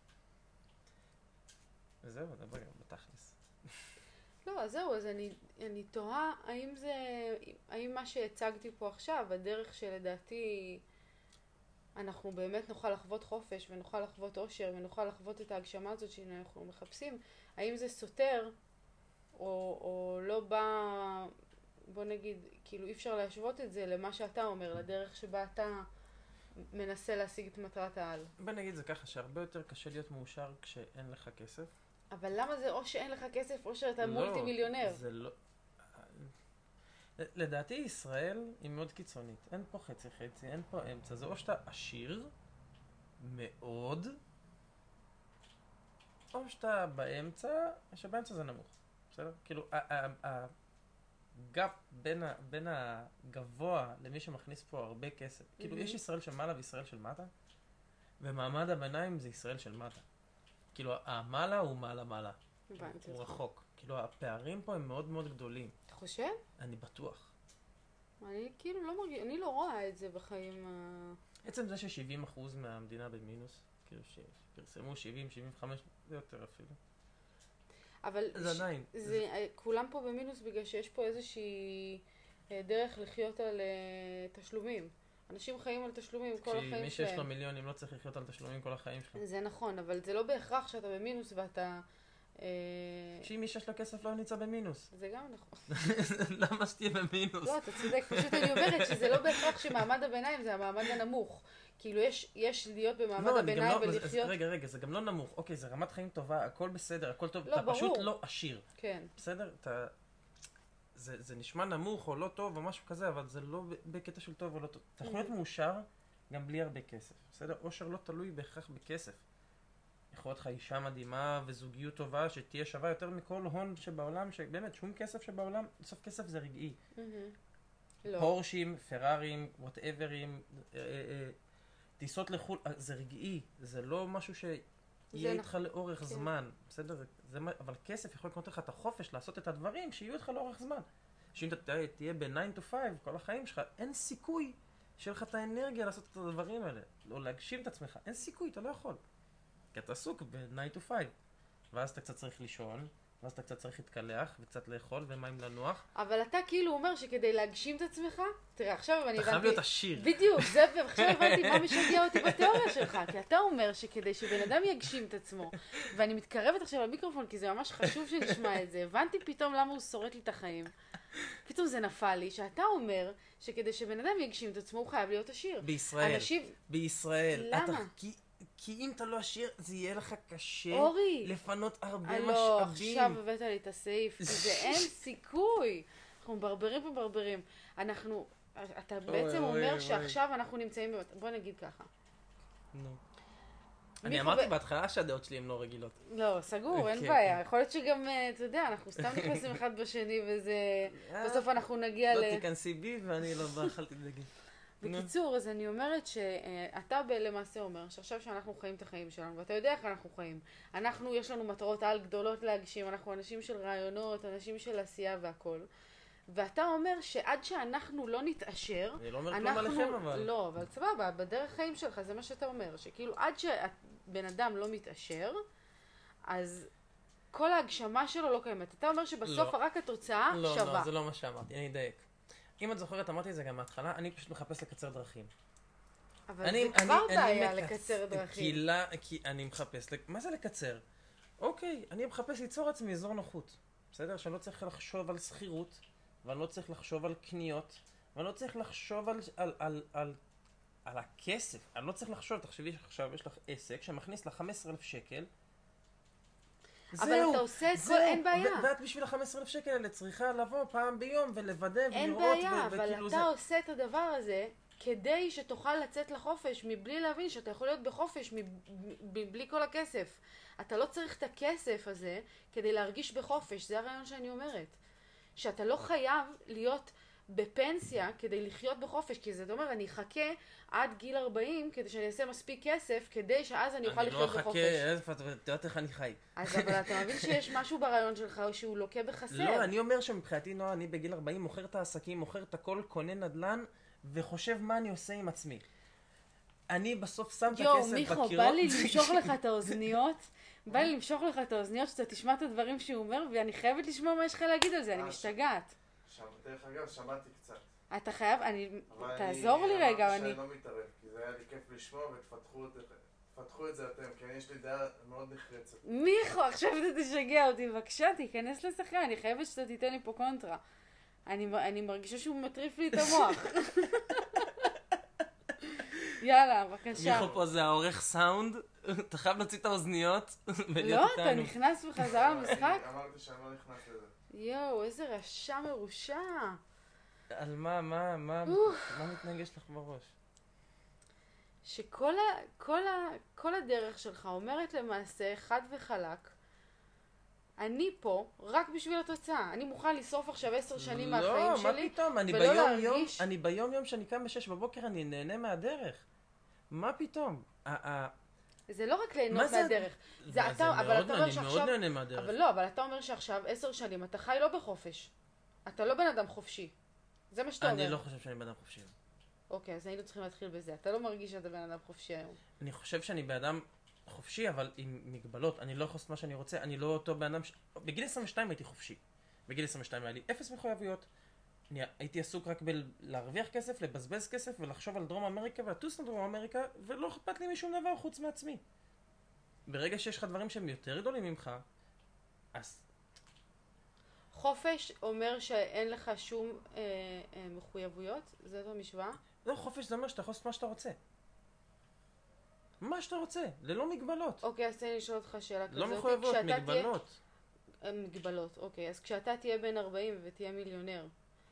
וזהו, דבר גם בתכלס. לא, אז זהו, אז אני, אני תוהה האם זה, האם מה שהצגתי פה עכשיו, הדרך שלדעתי אנחנו באמת נוכל לחוות חופש ונוכל לחוות אושר ונוכל לחוות את ההגשמה הזאת שאנחנו מחפשים, האם זה סותר או, או לא בא, בוא נגיד, כאילו אי אפשר להשוות את זה למה שאתה אומר, לדרך שבה אתה מנסה להשיג את מטרת העל. בוא נגיד זה ככה, שהרבה יותר קשה להיות מאושר כשאין לך כסף. אבל למה זה או שאין לך כסף או שאתה לא, מולטי מיליונר? זה לא... לדעתי ישראל היא מאוד קיצונית. אין פה חצי חצי, אין פה אמצע. זה או שאתה עשיר מאוד, או שאתה באמצע, שבאמצע זה נמוך. בסדר? כאילו, הגאפ בין, בין הגבוה למי שמכניס פה הרבה כסף. כאילו, יש ישראל של מעלה וישראל של מטה, ומעמד הביניים זה ישראל של מטה. כאילו, המעלה הוא מעלה מעלה. הבנתי. הוא רחוק. כאילו, הפערים פה הם מאוד מאוד גדולים. אתה חושב? אני בטוח. אני כאילו לא מרגיש, אני לא רואה את זה בחיים. עצם זה ש-שבעים אחוז מהמדינה במינוס, כאילו שפרסמו שבעים, שבעים וחמש, זה יותר אפילו. אבל זה עדיין. זה, זה... כולם פה במינוס בגלל שיש פה איזושהי דרך לחיות על uh, תשלומים. אנשים חיים על תשלומים כל החיים שלהם. מי שיש לו מיליונים לא צריך לחיות על תשלומים כל החיים שלו. זה נכון, אבל זה לא בהכרח שאתה במינוס ואתה... שאם מי שיש לו כסף לא נמצא במינוס. זה גם נכון. למה שתהיה במינוס? לא, אתה צודק. פשוט אני אומרת שזה לא בהכרח שמעמד הביניים זה המעמד הנמוך. כאילו יש, יש להיות במעמד הביניים ולחיות... רגע, רגע, זה גם לא נמוך. אוקיי, זה רמת חיים טובה, הכל בסדר, הכל טוב. לא, אתה ברור. פשוט לא עשיר. כן. בסדר? אתה... זה, זה נשמע נמוך או לא טוב או משהו כזה, אבל זה לא בקטע של טוב או לא טוב. אתה יכול להיות מאושר גם בלי הרבה כסף. בסדר? אושר לא תלוי בהכרח בכסף. יכול להיות לך אישה מדהימה וזוגיות טובה שתהיה שווה יותר מכל הון שבעולם, שבאמת שום כסף שבעולם, בסוף כסף זה רגעי. פורשים, פרארים, וואטאברים, טיסות לחו"ל, זה רגעי, זה לא משהו שיהיה איתך לאורך זמן, בסדר? אבל כסף יכול לקנות לך את החופש לעשות את הדברים שיהיו איתך לאורך זמן. שאם אתה תהיה ב-nine to five כל החיים שלך, אין סיכוי שיהיה לך את האנרגיה לעשות את הדברים האלה, או להגשים את עצמך, אין סיכוי, אתה לא יכול. כי אתה עסוק ב-nine to five, ואז אתה קצת צריך לישון, ואז אתה קצת צריך להתקלח, וקצת לאכול, ומים לנוח. אבל אתה כאילו אומר שכדי להגשים את עצמך, תראה, עכשיו אני הבנתי... אתה חייב להיות עשיר. בדיוק, זה, ועכשיו הבנתי מה משגע אותי בתיאוריה שלך, כי אתה אומר שכדי שבן אדם יגשים את עצמו, ואני מתקרבת עכשיו למיקרופון, כי זה ממש חשוב שנשמע את זה, הבנתי פתאום למה הוא שורט לי את החיים. פתאום זה נפל לי, שאתה אומר שכדי שבן אדם יגשים את עצמו, הוא חייב להיות עשיר. בישראל. אנשים... בישראל. למה? אתה... כי... כי אם אתה לא עשיר, זה יהיה לך קשה אורי, לפנות הרבה משאבים. לא, עכשיו הבאת לי את הסעיף, כי זה אין סיכוי. אנחנו מברברים ומברברים. אנחנו, אתה אוי, בעצם אוי, אומר אוי. שעכשיו אנחנו נמצאים, במת... בוא נגיד ככה. נו. אני אמרתי בהתחלה שהדעות שלי הן לא רגילות. לא, סגור, אין בעיה. יכול להיות שגם, אתה יודע, אנחנו סתם נכנסים אחד בשני וזה... בסוף אנחנו נגיע ל... לא תיכנסי בי ואני לא באכלתי דגים. בקיצור, אז אני אומרת שאתה למעשה אומר שעכשיו שאנחנו חיים את החיים שלנו, ואתה יודע איך אנחנו חיים. אנחנו, יש לנו מטרות על גדולות להגשים, אנחנו אנשים של רעיונות, אנשים של עשייה והכל. ואתה אומר שעד שאנחנו לא נתעשר, אני לא אומר אנחנו... כלום עליכם אבל. לא, אבל סבבה, בדרך חיים שלך זה מה שאתה אומר, שכאילו עד שבן אדם לא מתעשר, אז כל ההגשמה שלו לא קיימת. אתה אומר שבסוף לא. רק התוצאה לא, שווה. לא, זה לא מה שאמרתי, אני אדייק. אם את זוכרת, אמרתי את זה גם מההתחלה, אני פשוט מחפש לקצר דרכים. אבל אני, זה כבר אני, בעיה אני לקצר מקצ... דרכים. כי, לא, כי אני מחפש, מה זה לקצר? אוקיי, אני מחפש ליצור עצמי אזור נוחות. בסדר? שאני לא צריך לחשוב על שכירות, ואני לא צריך לחשוב על קניות, ואני לא צריך לחשוב על, על, על, על, על הכסף. אני לא צריך לחשוב, תחשבי שעכשיו יש לך עסק שמכניס לך חמישה עשר אלף שקל, אבל זהו, אתה עושה את זהו, כל, אין בעיה. ו- ואת בשביל ה-חמישה עשר אלף שקל האלה צריכה לבוא פעם ביום ולוודא אין ולראות. בעיה, ו- אבל וכאילו אתה זה... עושה את הדבר הזה כדי שתוכל לצאת לחופש, מבלי להבין שאתה יכול להיות בחופש, מבלי כל הכסף. אתה לא צריך את הכסף הזה כדי להרגיש בחופש, זה הרעיון שאני אומרת. שאתה לא חייב להיות בפנסיה כדי לחיות בחופש, כי זה אומר, אני אחכה עד גיל ארבעים כדי שאני אעשה מספיק כסף, כדי שאז אני אוכל לחיות בחופש. אני לא אחכה, את יודעת איך אני חי. אז אבל אתה מבין שיש משהו ברעיון שלך שהוא לוקה בחסר. לא, אני אומר שמבחינתי, נועה, אני בגיל ארבעים מוכר את העסקים, מוכר את הכל, קונה נדל"ן, וחושב מה אני עושה עם עצמי. אני בסוף שם את הכסף בקירות. יו, מיכו, בא לי למשוך לך את האוזניות, בא לי למשוך לך את האוזניות שאתה תשמע את הדברים שהוא אומר, ואני חייבת לשמוע מה יש לך להגיד על זה, אני משתגעת. דרך אגב, שמעתי קצת. אתה חייב, אני, תעזור לי רגע, אני... אני... שאני לא מתערב, כי זה היה לי כיף לשמוע ותפתחו את זה אתם, כי יש לי דעה מאוד נחרצת. מיכו, עכשיו אתה תשגע אותי, בבקשה, תיכנס לשחקן, אני חייבת שאתה תיתן לי פה קונטרה. אני, אני מרגישה שהוא מטריף לי את המוח. יאללה, בבקשה. מיכו פה זה העורך סאונד, אתה חייב להוציא את האוזניות ולהיות לא, איתנו. אתה נכנס בחזרה למשחק? אמרתי שאני לא נכנס לזה. יואו, איזה רשע מרושע. על מה, מה, מה, מה מתנגש לך בראש? שכל ה, כל ה, כל הדרך שלך אומרת למעשה חד וחלק, אני פה רק בשביל התוצאה. אני מוכן לשרוף עכשיו עשר שנים מהחיים שלי. לא, מה פתאום? אני ולא ביום יום, להרגיש... אני ביום יום שאני קם בשש בבוקר, אני נהנה מהדרך. מה פתאום? זה לא רק ליהנות מה זה- מהדרך. זה זה אתה, אבל מאוד, אתה אומר אני שעכשיו... מאוד נהנה מהדרך. אבל לא, אבל אתה אומר שעכשיו עשר שנים אתה חי לא בחופש. אתה לא בן אדם חופשי. זה מה שאתה אומר. אני לא חושב שאני בן אדם חופשי. אוקיי, אז היינו צריכים להתחיל בזה. אתה לא מרגיש שאתה בן אדם חופשי היום. אני חושב שאני בן אדם חופשי, אבל עם מגבלות. אני לא יכול לעשות מה שאני רוצה. אני לא אותו בן אדם ש... בגיל עשרים ושתיים הייתי חופשי. בגיל עשרים ושתיים היה לי אפס מחויבויות. אני הייתי עסוק רק בלהרוויח כסף, לבזבז כסף ולחשוב על דרום אמריקה ולטוס לדרום אמריקה, ולא אכפת לי משום דבר חוץ מעצמי. ברגע שיש לך דברים שהם יותר גדולים ממך, אז חופש אומר שאין לך שום אה, אה, מחויבויות? זאת המשוואה? לא, חופש זה אומר שאתה יכול לעשות מה שאתה רוצה. מה שאתה רוצה, ללא מגבלות. אוקיי, אז תן לי לשאול אותך שאלה כזאת. לא מחויבות, כשאתה מגבלות. תהיה... מגבלות, אוקיי. אז כשאתה תהיה בן ארבעים ותהיה מיליונר,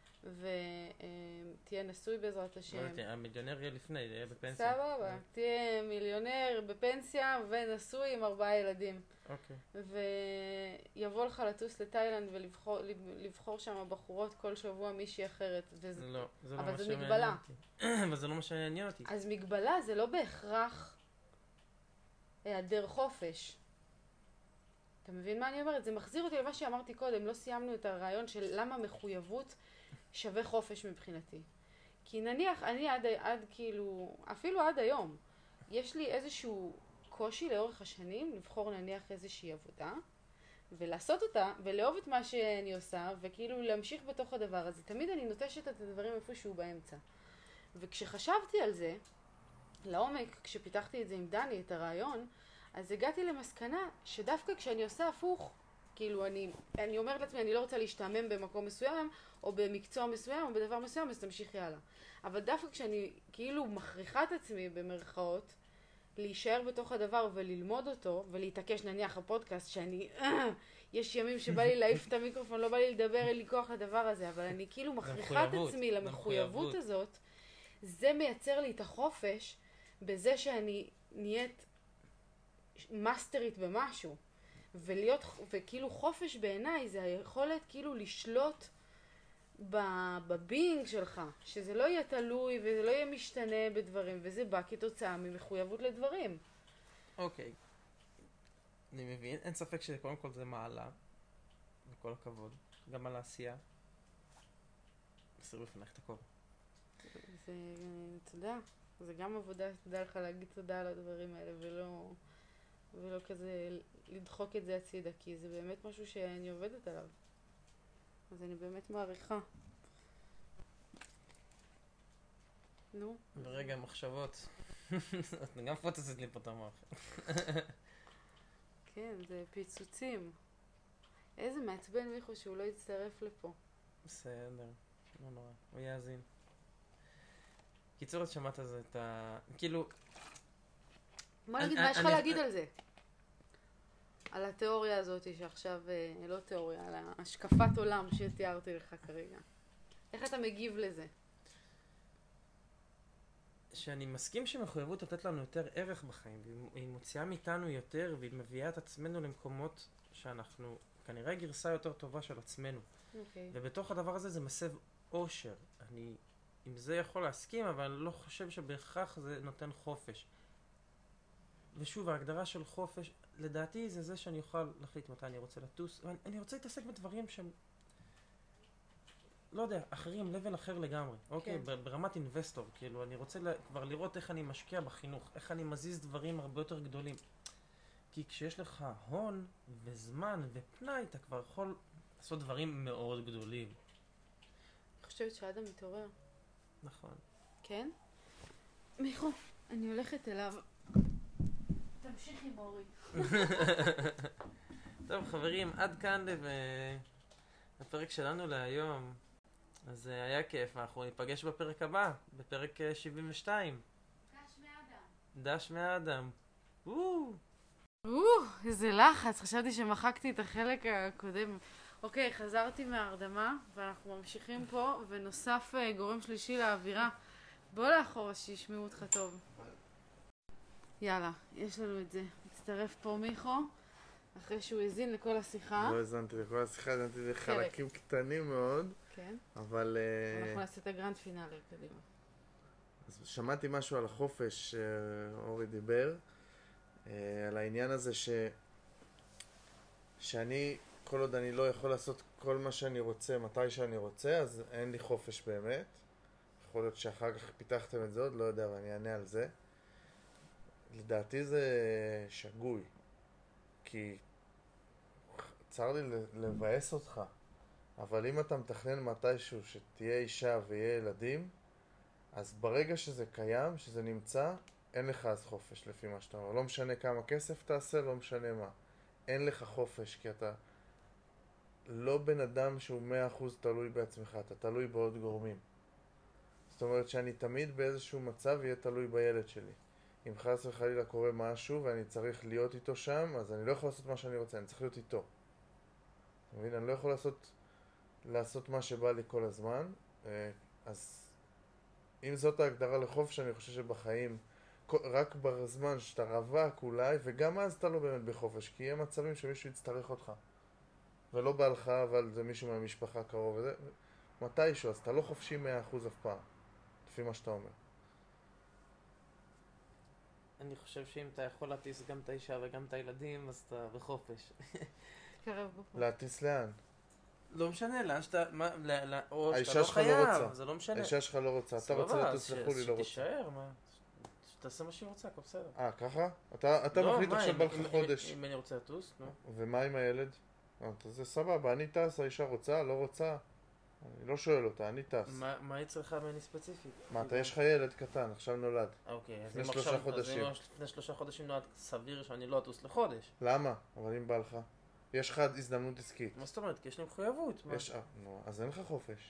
ותהיה נשוי בעזרת השם. לא יודעת, המיליונר יהיה לפני, יהיה בפנסיה. סבבה, תהיה מיליונר בפנסיה ונשוי עם ארבעה ילדים. אוקיי. ויבוא לך לטוס לתאילנד ולבחור לבחור שם בחורות כל שבוע מישהי אחרת. וזה... לא, זה לא אבל מה זה שמעניין מגבלה. אותי. אבל זה לא מה שעניין אותי. אז מגבלה זה לא בהכרח היעדר חופש. אתה מבין מה אני אומרת? זה מחזיר אותי למה שאמרתי קודם, לא סיימנו את הרעיון של למה מחויבות שווה חופש מבחינתי. כי נניח, אני עד, עד כאילו, אפילו עד היום, יש לי איזשהו קושי לאורך השנים לבחור נניח איזושהי עבודה, ולעשות אותה, ולאהוב את מה שאני עושה, וכאילו להמשיך בתוך הדבר הזה. תמיד אני נוטשת את הדברים איפשהו באמצע. וכשחשבתי על זה, לעומק, כשפיתחתי את זה עם דני, את הרעיון, אז הגעתי למסקנה שדווקא כשאני עושה הפוך, כאילו אני, אני אומרת לעצמי, אני לא רוצה להשתעמם במקום מסוים, או במקצוע מסוים, או בדבר מסוים, אז תמשיכי הלאה. אבל דווקא כשאני כאילו מכריחה את עצמי במרכאות, להישאר בתוך הדבר וללמוד אותו, ולהתעקש נניח הפודקאסט, שאני, יש ימים שבא לי להעיף את המיקרופון, לא בא לי לדבר, אין לי כוח לדבר הזה, אבל אני כאילו מכריחה את עצמי למחויבות הזאת, זה מייצר לי את החופש, בזה שאני נהיית מאסטרית במשהו. ולהיות, וכאילו חופש בעיניי זה היכולת כאילו לשלוט בבינג שלך, שזה לא יהיה תלוי וזה לא יהיה משתנה בדברים, וזה בא כתוצאה ממחויבות לדברים. אוקיי. אני מבין, אין ספק שקודם כל זה מעלה, בכל הכבוד, גם על העשייה. מסיר בפניך את הכובע. זה, אתה יודע, זה גם עבודה, תדע לך להגיד תודה על הדברים האלה, ולא, ולא כזה לדחוק את זה הצידה, כי זה באמת משהו שאני עובדת עליו. אז אני באמת מעריכה. נו. ברגע מחשבות. את גם פוצצת לי פה את המוח. כן, זה פיצוצים. איזה מעצבן מיכו שהוא לא יצטרף לפה. בסדר, לא נורא, הוא יאזין. קיצור, את שמעת על זה, את ה... כאילו... מה נגיד, מה יש לך להגיד על זה? על התיאוריה הזאת שעכשיו, לא תיאוריה, על השקפת עולם שתיארתי לך כרגע. איך אתה מגיב לזה? שאני מסכים שמחויבות לתת לנו יותר ערך בחיים, והיא מוציאה מאיתנו יותר, והיא מביאה את עצמנו למקומות שאנחנו כנראה גרסה יותר טובה של עצמנו. Okay. ובתוך הדבר הזה זה מסב אושר. אני עם זה יכול להסכים, אבל אני לא חושב שבהכרח זה נותן חופש. ושוב, ההגדרה של חופש, לדעתי זה זה שאני אוכל להחליט מתי אני רוצה לטוס. אני רוצה להתעסק בדברים שהם, לא יודע, אחרים, לבל אחר לגמרי. אוקיי, כן. ברמת אינבסטור, כאילו, אני רוצה לה, כבר לראות איך אני משקיע בחינוך, איך אני מזיז דברים הרבה יותר גדולים. כי כשיש לך הון וזמן ופנאי, אתה כבר יכול לעשות דברים מאוד גדולים. אני חושבת שאדם מתעורר. נכון. כן? מיכו, אני הולכת אליו. תמשיך עם אורי. טוב, חברים, עד כאן לפרק שלנו להיום. אז היה כיף, אנחנו ניפגש בפרק הבא, בפרק שבעים ושתיים. דש מאדם. דש מאדם. וואו. וואו, איזה לחץ, חשבתי שמחקתי את החלק הקודם. אוקיי, חזרתי מההרדמה, ואנחנו ממשיכים פה, ונוסף גורם שלישי לאווירה. בוא לאחור אז שישמעו אותך טוב. יאללה, יש לנו את זה. מצטרף פה מיכו, אחרי שהוא הזין לכל השיחה. לא הזנתי לכל השיחה, הזנתי לחלקים קטנים מאוד. כן. אבל... אנחנו נעשה את הגרנד פינאלי, קדימה. אז שמעתי משהו על החופש שאורי דיבר, על העניין הזה ש... שאני, כל עוד אני לא יכול לעשות כל מה שאני רוצה, מתי שאני רוצה, אז אין לי חופש באמת. יכול להיות שאחר כך פיתחתם את זה עוד, לא יודע, ואני אענה על זה. לדעתי זה שגוי, כי צר לי לבאס אותך, אבל אם אתה מתכנן מתישהו שתהיה אישה ויהיה ילדים, אז ברגע שזה קיים, שזה נמצא, אין לך אז חופש לפי מה שאתה אומר. לא משנה כמה כסף תעשה, לא משנה מה. אין לך חופש, כי אתה לא בן אדם שהוא מאה אחוז תלוי בעצמך, אתה תלוי בעוד גורמים. זאת אומרת שאני תמיד באיזשהו מצב יהיה תלוי בילד שלי. אם חס וחלילה קורה משהו ואני צריך להיות איתו שם, אז אני לא יכול לעשות מה שאני רוצה, אני צריך להיות איתו. אתה מבין? אני לא יכול לעשות, לעשות מה שבא לי כל הזמן. אז אם זאת ההגדרה לחופש, אני חושב שבחיים, רק בזמן שאתה רווק אולי, וגם אז אתה לא באמת בחופש, כי יהיה מצבים שמישהו יצטרך אותך. ולא בא לך, אבל זה מישהו מהמשפחה קרוב וזה. מתישהו, אז אתה לא חופשי מאה אחוז אף פעם, לפי מה שאתה אומר. אני חושב שאם אתה יכול להטיס גם את האישה וגם את הילדים, אז אתה בחופש. תקרב בפה. להטיס לאן? לא משנה, לאן שאתה, מה, לא, או שאתה האישה לא שלך לא חייב, רוצה. זה לא משנה. האישה שלך לא רוצה, אתה רוצה לטוס לחו"ל, היא לא רוצה. שתישאר, מה? שתעשה מה שהיא רוצה, הכל בסדר. אה, ככה? אתה, אתה לא, מחליט מה, עכשיו אם- בא לך אם- חודש. אם אני רוצה לטוס, נו. ומה עם הילד? אה, זה סבבה, אני טס, האישה רוצה, לא רוצה. אני לא שואל אותה, אני טס. מה מה היא צריכה ממני ספציפית? מה, אתה יש לך ילד קטן, עכשיו נולד. אוקיי, אז לפני אם שלושה עכשיו, אז חודשים. אם לפני שלושה חודשים נולד, סביר שאני לא אטוס לחודש. למה? אבל אם בא לך. יש לך הזדמנות עסקית. מה זאת אומרת? כי יש לי מחויבות. מה? יש... אה, נו, אז אין לך חופש.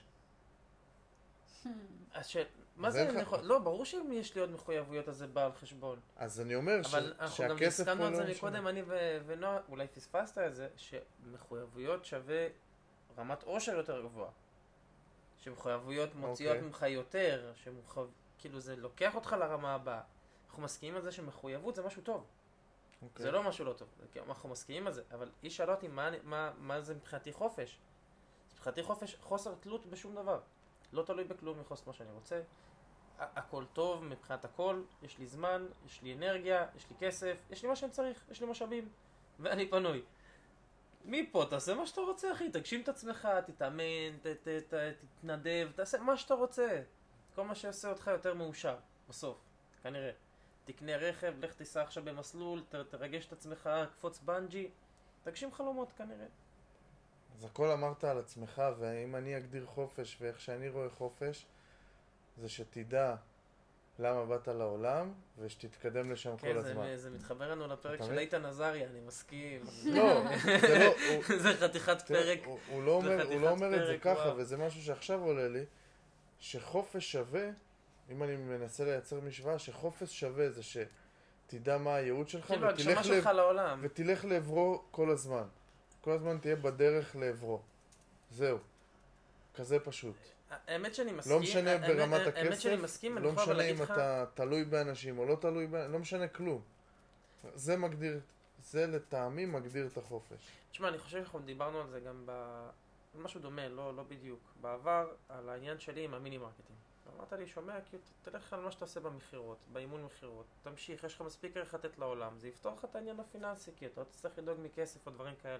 אז ש... מה אז זה? אין לך- מחו- לא, ברור שאם יש לי עוד מחויבויות אז זה בא על חשבון. אז אני אומר ש... אבל אנחנו גם שהכסף פה הסכמנו לא על זה משנה. מקודם, אני ו- ונועה, אולי פספסת את זה, שמחויבויות שווה רמת עושר יותר גבוהה. שמחויבויות מוציאות אוקיי. ממך יותר, שמחויב... כאילו זה לוקח אותך לרמה הבאה. אנחנו מסכימים על זה שמחויבות זה משהו טוב. אוקיי. זה לא משהו לא טוב, אנחנו מסכימים על זה, אבל היא שאלה אותי מה, מה, מה זה מבחינתי חופש. אז מבחינתי חופש, חוסר תלות בשום דבר. לא תלוי בכלום מחוסר מה שאני רוצה. הכל טוב מבחינת הכל, יש לי זמן, יש לי אנרגיה, יש לי כסף, יש לי מה שאני צריך, יש לי משאבים, ואני פנוי. מפה, תעשה מה שאתה רוצה, אחי, תגשים את עצמך, תתאמן, ת, ת, ת, תתנדב, תעשה מה שאתה רוצה. כל מה שעושה אותך יותר מאושר, בסוף, כנראה. תקנה רכב, לך תיסע עכשיו במסלול, ת, תרגש את עצמך, קפוץ בנג'י, תגשים חלומות כנראה. אז הכל אמרת על עצמך, ואם אני אגדיר חופש ואיך שאני רואה חופש, זה שתדע למה באת לעולם, ושתתקדם לשם כן, כל זה, הזמן. זה מתחבר לנו לפרק אתה של מבין? איתן עזריה, אני מסכים. לא, זה לא... הוא- זה חתיכת תראה, פרק. הוא- הוא לא זה אומר- הוא חתיכת לא אומר את זה פרק, ככה, וואו. וזה משהו שעכשיו עולה לי, שחופש שווה, אם אני מנסה לייצר משוואה, שחופש שווה זה שתדע מה הייעוד שלך, כאילו, הגשמה ותלך שלך לב- לעולם. ותלך לעברו כל הזמן. כל הזמן תהיה בדרך לעברו. זהו. כזה פשוט. האמת שאני מסכים. לא משנה האמת- ברמת האמת שאני הכסף, מסכים, אני לא יכול אבל משנה להגיד אם לך... אתה תלוי באנשים או לא תלוי באנשים, לא משנה כלום. זה מגדיר, זה לטעמי מגדיר את החופש. תשמע, אני חושב שאנחנו דיברנו על זה גם ב... משהו דומה, לא, לא בדיוק. בעבר, על העניין שלי עם המיני מרקטינג. אמרת לי, שומע, כאילו, תלך על מה שאתה עושה במחירות, באימון מחירות. תמשיך, יש לך מספיק ערך לתת לעולם. זה יפתור לך את העניין הפיננסי, כי אתה לא תצטרך לדאוג מכסף או דברים כאלה.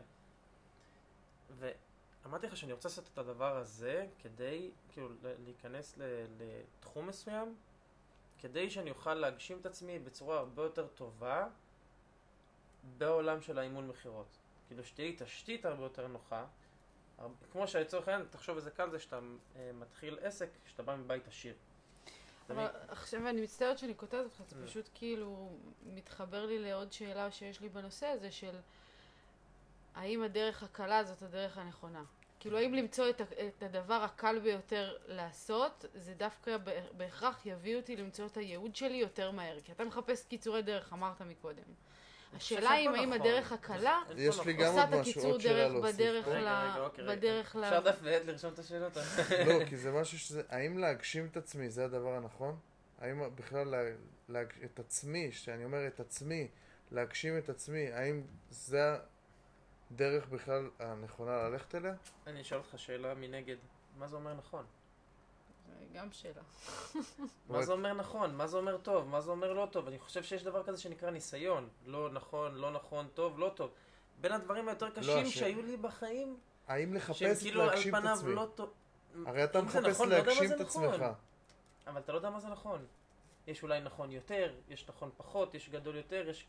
ואמרתי לך שאני רוצה לעשות את הדבר הזה כדי, כאילו, להיכנס ל... לתחום מסוים, כדי שאני אוכל להגשים את עצמי בצורה הרבה יותר טובה בעולם של האימון מחירות. כאילו שתהיה לי תשתית הרבה יותר נוחה. כמו שלצורך העניין, תחשוב איזה קל זה שאתה אה, מתחיל עסק, שאתה בא מבית עשיר. אבל עכשיו אני מצטערת שאני קוטעת אותך, זה Mm. פשוט כאילו מתחבר לי לעוד שאלה שיש לי בנושא הזה של האם הדרך הקלה זאת הדרך הנכונה. כאילו האם למצוא את, ה- את הדבר הקל ביותר לעשות, זה דווקא ב- בהכרח יביא אותי למצוא את הייעוד שלי יותר מהר. כי אתה מחפש קיצורי דרך, אמרת מקודם. השאלה חושב היא שהכל האם נכון. הדרך הקלה אין פה יש נכון. לי גם עושה עוד את משהו, הקיצור עוד שאלה דרך להוסיף. בדרך רגע, ל... רגע, אוקיי, רגע. בדרך ל... אפשר דף ועט לרשום את השאלות? לא, כי זה משהו שזה, האם להגשים את עצמי זה הדבר הנכון? האם בכלל לה, לה, את עצמי, שאני אומר את עצמי, להגשים את עצמי, האם זה הדרך בכלל הנכונה ללכת אליה? אני אשאל אותך שאלה מנגד. מה זה אומר נכון? זה גם שאלה. מה זה אומר נכון? מה זה אומר טוב? מה זה אומר לא טוב? אני חושב שיש דבר כזה שנקרא ניסיון. לא נכון, לא נכון, טוב, לא טוב. בין הדברים היותר קשים ש- שהיו לי בחיים, האם שהם לחפש כאילו על להגשים את פניו עצמי? לא טוב. הרי אתה אם זה מחפש נכון, לא יודע מה להגשים זה את נכון. עצמך. אבל אתה לא יודע מה זה נכון. יש אולי נכון יותר, יש נכון פחות, יש גדול יותר, יש...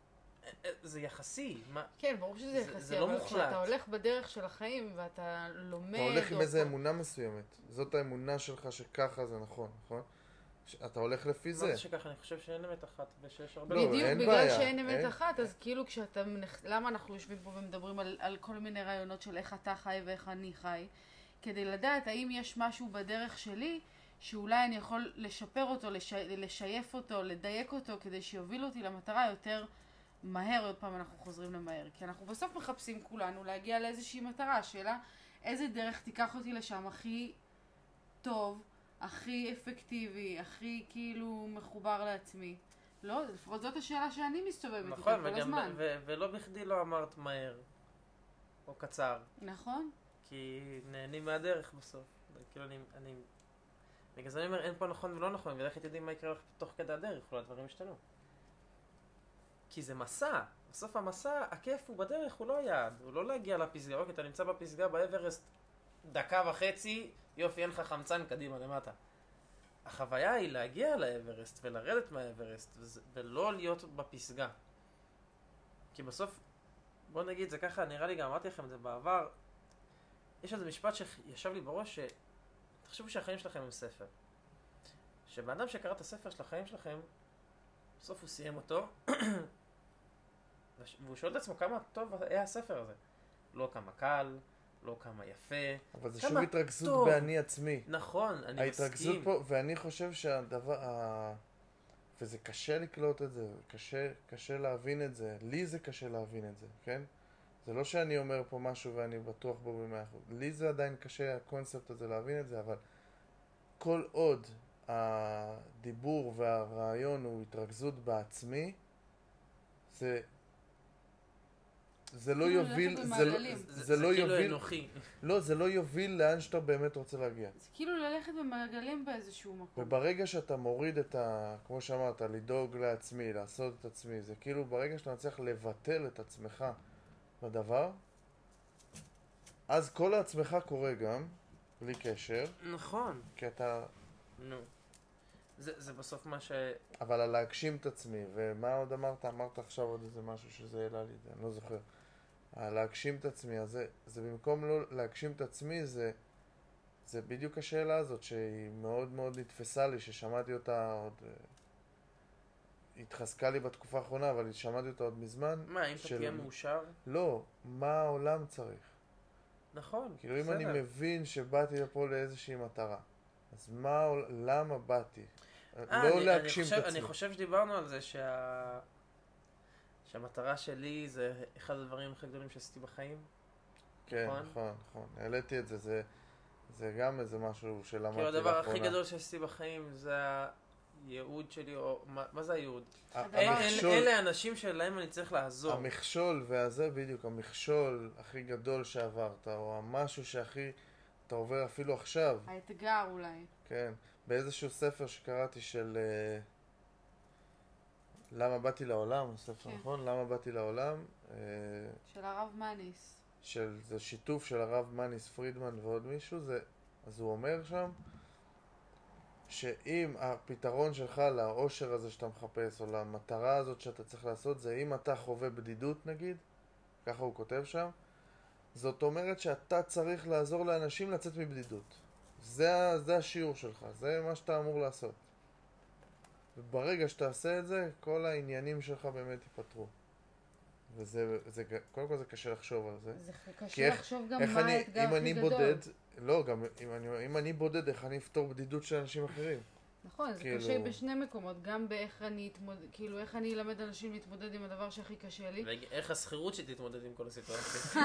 זה יחסי. מה... כן, ברור שזה זה- יחסי, זה לא אבל מוחלט. כשאתה הולך בדרך של החיים ואתה לומד... אתה הולך עם או- איזה אמונה מסוימת. זאת האמונה שלך שככה זה נכון, נכון? ש- אתה הולך לפי מה זה. זה שככה? אני חושב שאין אמת אחת ושיש הרבה... לא, בדיוק, אין בגלל בעיה, שאין אמת אין- אחת, אז כאילו כשאתה... מנח- למה אנחנו יושבים פה ומדברים על, על כל מיני רעיונות של איך אתה חי ואיך אני חי? כדי לדעת האם יש משהו בדרך שלי שאולי אני יכול לשפר אותו, לש... לשייף אותו, לדייק אותו, כדי שיוביל אותי למטרה יותר מהר. עוד פעם אנחנו חוזרים למהר, כי אנחנו בסוף מחפשים כולנו להגיע לאיזושהי מטרה. השאלה, איזה דרך תיקח אותי לשם הכי טוב, הכי אפקטיבי, הכי כאילו מחובר לעצמי. לא, לפחות זאת השאלה שאני מסתובבת איתה נכון, כל וגם, הזמן. ו- ולא בכדי לא אמרת מהר או קצר, נכון? כי נהנים מהדרך בסוף. כאילו אני, אני, בגלל זה אני אומר, אין פה נכון ולא נכון, ואיך אתם יודעים מה יקרה לך תוך כדי הדרך, אולי הדברים ישתנו. כי זה מסע, בסוף המסע, הכיף הוא בדרך, הוא לא יעד, הוא לא להגיע לפסגה, אוקיי, אתה נמצא בפסגה באברסט דקה וחצי, יופי, אין לך חמצן, קדימה, למטה. החוויה היא להגיע לאברסט ולרדת מהאברסט, וזה- ולא להיות בפסגה. כי בסוף, בוא נגיד זה ככה, נראה לי גם אמרתי לכם את זה בעבר, יש איזה משפט שישב לי בראש, שתחשבו שהחיים שלכם הם ספר. שבאדם שקרא את הספר של החיים שלכם, בסוף הוא סיים אותו, והוא שואל את עצמו כמה טוב היה הספר הזה. לא כמה קל, לא כמה יפה. אבל זה כמה שוב התרכזות טוב. באני עצמי. נכון, אני ההתרכזות מסכים. פה, ואני חושב שהדבר, ה... וזה קשה לקלוט את זה, קשה, קשה להבין את זה, לי זה קשה להבין את זה, כן? זה לא שאני אומר פה משהו ואני בטוח בו במאה אחוז, לי זה עדיין קשה הקונספט הזה להבין את זה, אבל כל עוד הדיבור והרעיון הוא התרכזות בעצמי, זה, זה לא כאילו יוביל, ללכת זה לא, במעגלים. זה זה לא כאילו יוביל, אנוכי. לא, זה לא יוביל לאן שאתה באמת רוצה להגיע. זה כאילו ללכת במעגלים באיזשהו מקום. וברגע שאתה מוריד את ה... כמו שאמרת, לדאוג לעצמי, לעשות את עצמי, זה כאילו ברגע שאתה מצליח לבטל את עצמך בדבר, אז כל עצמך קורה גם, בלי קשר, נכון. כי אתה... נו. זה, זה בסוף מה ש... אבל על להגשים את עצמי, ומה עוד אמרת? אמרת עכשיו עוד איזה משהו שזה העלה לי, אני לא זוכר. על להגשים את עצמי, אז זה, זה במקום לא להגשים את עצמי, זה, זה בדיוק השאלה הזאת שהיא מאוד מאוד נתפסה לי, ששמעתי אותה עוד... התחזקה לי בתקופה האחרונה, אבל שמעתי אותה עוד מזמן. מה, אם אתה של... תהיה מאושר? לא, מה העולם צריך? נכון, כאילו אם אני מבין שבאתי לפה לאיזושהי מטרה, אז מה, למה באתי? אה, לא אני, להגשים אני חושב, את עצמי. אני חושב שדיברנו על זה שה... שהמטרה שלי זה אחד הדברים הכי גדולים שעשיתי בחיים. כן, נכון? נכון, נכון. העליתי את זה, זה, זה גם איזה משהו שלמדתי כאילו לאחרונה. הדבר הכי גדול שעשיתי בחיים זה הייעוד שלי, או מה, מה זה הייעוד? ה- אלה, המכשול, אלה האנשים שלהם אני צריך לעזור. המכשול והזה בדיוק, המכשול הכי גדול שעברת, או המשהו שהכי, אתה עובר אפילו עכשיו, האתגר אולי. כן, באיזשהו ספר שקראתי של אה, למה באתי לעולם, ספר כן. נכון? למה באתי לעולם, אה, של הרב מניס. של, זה שיתוף של הרב מניס פרידמן ועוד מישהו, זה, אז הוא אומר שם, שאם הפתרון שלך לאושר הזה שאתה מחפש, או למטרה הזאת שאתה צריך לעשות, זה אם אתה חווה בדידות נגיד, ככה הוא כותב שם, זאת אומרת שאתה צריך לעזור לאנשים לצאת מבדידות. זה, זה השיעור שלך, זה מה שאתה אמור לעשות. וברגע שתעשה את זה, כל העניינים שלך באמת ייפתרו. וזה, זה, קודם כל זה קשה לחשוב על זה. זה כי קשה איך- לחשוב גם איך מה אני, האתגר אם הכי אני גדול. בודד, לא, גם אם אני, אם אני בודד, איך אני אפתור בדידות של אנשים אחרים? נכון, זה כאילו- קשה בשני מקומות, גם באיך אני אתמודד, כאילו איך אני אלמד אנשים להתמודד עם הדבר שהכי קשה לי. ואיך השכירות שתתמודד עם כל הסיטואציה.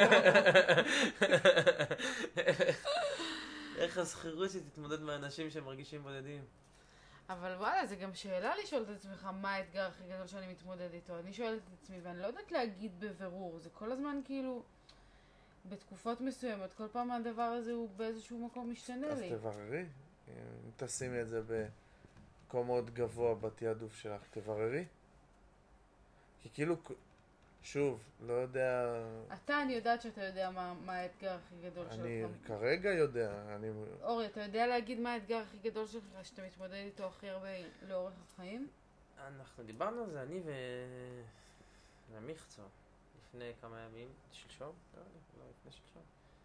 איך השכירות שתתמודד מהאנשים שמרגישים בודדים. אבל וואלה, זה גם שאלה לשאול את עצמך מה האתגר הכי גדול שאני מתמודד איתו. אני שואלת את עצמי, ואני לא יודעת להגיד בבירור, זה כל הזמן כאילו, בתקופות מסוימות, כל פעם הדבר הזה הוא באיזשהו מקום משתנה אז לי. תבררי, אם תשימי את זה במקום מאוד גבוה בתיעדוף שלך, תבררי. כי כאילו, שוב, לא יודע, אתה, אני יודעת שאתה יודע מה, מה האתגר הכי גדול אני שלך. כרגע יודע, אני... אורי, אתה יודע להגיד מה האתגר הכי גדול שלך שאתה מתמודד איתו הכי הרבה לאורך החיים? אנחנו דיברנו על זה, אני ו... ומיכצו, לפני כמה ימים, שלשום, לא יודע, לא לפני שלשום.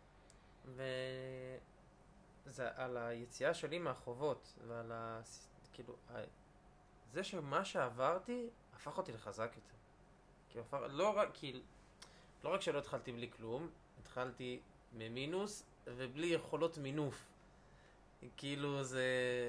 וזה על היציאה שלי מהחובות, ועל ה... כאילו, ה... זה שמה שעברתי הפך אותי לחזק יותר. כאילו, הפך... לא רק, כאילו, לא רק שלא התחלתי בלי כלום, התחלתי ממינוס ובלי יכולות מינוף. כאילו זה...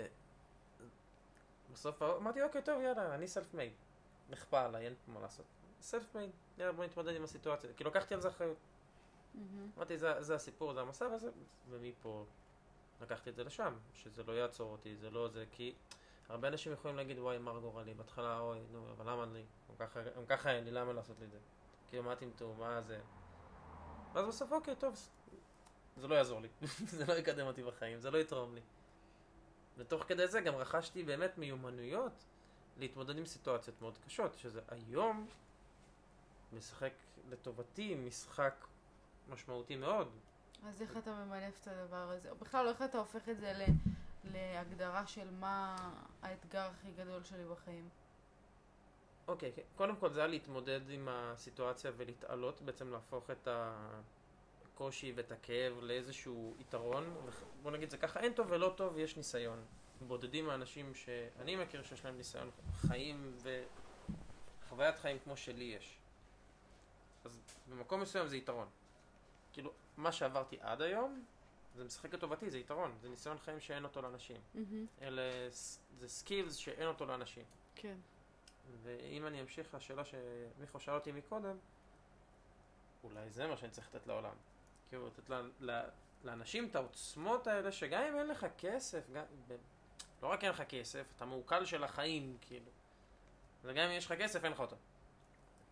בסוף אמרתי, אוקיי, טוב, יאללה, אני סלף מייד. נכפה עליי, אין פה מה לעשות. סלף מייד, יאללה, בוא נתמודד עם הסיטואציה. כאילו, לקחתי על זה אחריות. אמרתי, זה, זה הסיפור, זה המסע, וזה... ומפה לקחתי את זה לשם, שזה לא יעצור אותי, זה לא זה, כי הרבה אנשים יכולים להגיד, וואי, מר גורלי, בהתחלה, אוי, נו, אבל למה לי? גם ככה, גם ככה אין לי, למה לעשות לי את זה? כאילו, מה טמטום, מה זה? ואז בסוף, אוקיי, טוב, זה לא יעזור לי. זה לא יקדם אותי בחיים, זה לא יתרום לי. ותוך כדי זה גם רכשתי באמת מיומנויות להתמודד עם סיטואציות מאוד קשות, שזה היום משחק לטובתי, משחק משמעותי מאוד. אז איך אתה ממנף את הדבר הזה? או בכלל, איך אתה הופך את זה ל... להגדרה של מה האתגר הכי גדול שלי בחיים? אוקיי, קודם כל זה היה להתמודד עם הסיטואציה ולהתעלות, בעצם להפוך את הקושי ואת הכאב לאיזשהו יתרון. בוא נגיד זה ככה, אין טוב ולא טוב, יש ניסיון. בודדים האנשים שאני מכיר שיש להם ניסיון חיים וחוויית חיים כמו שלי יש. אז במקום מסוים זה יתרון. כאילו, מה שעברתי עד היום, זה משחק לטובתי, זה יתרון. זה ניסיון חיים שאין אותו לאנשים. אלה, זה סקילס שאין אותו לאנשים. כן. ואם אני אמשיך לשאלה שמיכו שאל אותי מקודם, אולי זה מה שאני צריך לתת לעולם. כאילו, לתת ל, ל, לאנשים את העוצמות האלה, שגם אם אין לך כסף, גם, ב, לא רק אין לך כסף, אתה מעוקל של החיים, כאילו. וגם אם יש לך כסף, אין לך אותו.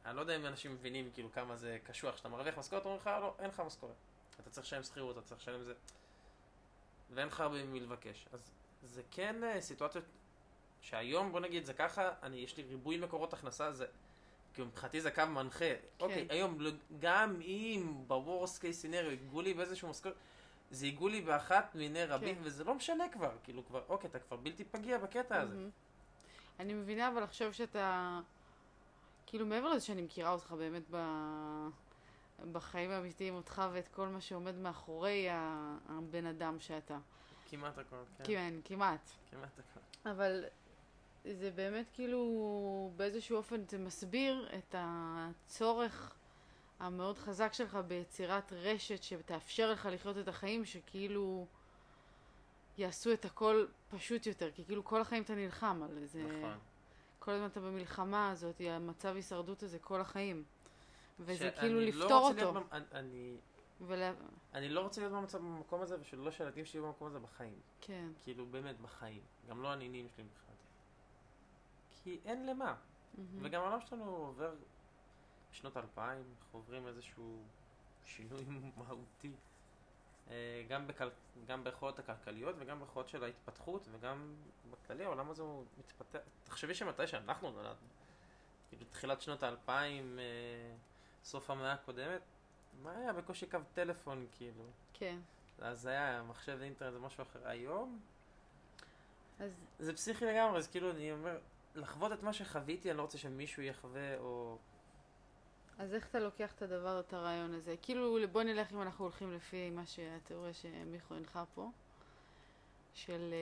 אני לא יודע אם אנשים מבינים כאילו כמה זה קשוח, שאתה מרוויח משכורת, אומרים לך, לא, אין לך משכורת. אתה צריך לשלם שכירות, אתה צריך לשלם זה, ואין לך הרבה ממי לבקש. אז זה כן סיטואציות שהיום, בוא נגיד, זה ככה, אני, יש לי ריבוי מקורות הכנסה, זה, כאילו מבחינתי זה קו מנחה. כן. אוקיי, היום, גם אם ב-worst case scenario יגעו לי באיזשהו משכורת, זה יגעו לי באחת מיני רבים, כן. וזה לא משנה כבר, כאילו כבר, אוקיי, אתה כבר בלתי פגיע בקטע הזה. Mm-hmm. אני מבינה, אבל לחשוב שאתה, כאילו מעבר לזה שאני מכירה אותך באמת ב... בחיים האמיתיים, אותך ואת כל מה שעומד מאחורי הבן אדם שאתה. כמעט הכל, כן. כן, כמעט. כמעט הכל. אבל זה באמת כאילו, באיזשהו אופן זה מסביר את הצורך המאוד חזק שלך ביצירת רשת שתאפשר לך לחיות את החיים, שכאילו יעשו את הכל פשוט יותר, כי כאילו כל החיים אתה נלחם על זה. נכון. כל הזמן אתה במלחמה הזאת, המצב הישרדות הזה כל החיים. וזה כאילו לפתור לא אותו. במ... אני, אני... ולה... אני לא רוצה להיות במצב במקום הזה, ושלא שהילדים שלי במקום הזה בחיים. כן. כאילו באמת בחיים. גם לא הנינים שלי בכלל. כי אין למה. Mm-hmm. וגם העולם שלנו עובר בשנות אלפיים, אנחנו עוברים איזשהו שינוי מהותי. גם, בכל... גם ביכולות הכלכליות וגם ביכולות של ההתפתחות, וגם בכללי העולם הזה הוא מתפתח. תחשבי שמתי שאנחנו נולדנו. כאילו תחילת שנות האלפיים, אה, סוף המאה הקודמת, מה היה? בקושי קו טלפון, כאילו. כן. אז היה מחשב אינטרנט, זה משהו אחר. היום, אז... זה פסיכי לגמרי, אז כאילו אני אומר, לחוות את מה שחוויתי, אני לא רוצה שמישהו יחווה, או... אז איך אתה לוקח את הדבר, את הרעיון הזה? כאילו, בוא נלך אם אנחנו הולכים לפי מה שהתיאוריה שמיכו הנחה פה, של...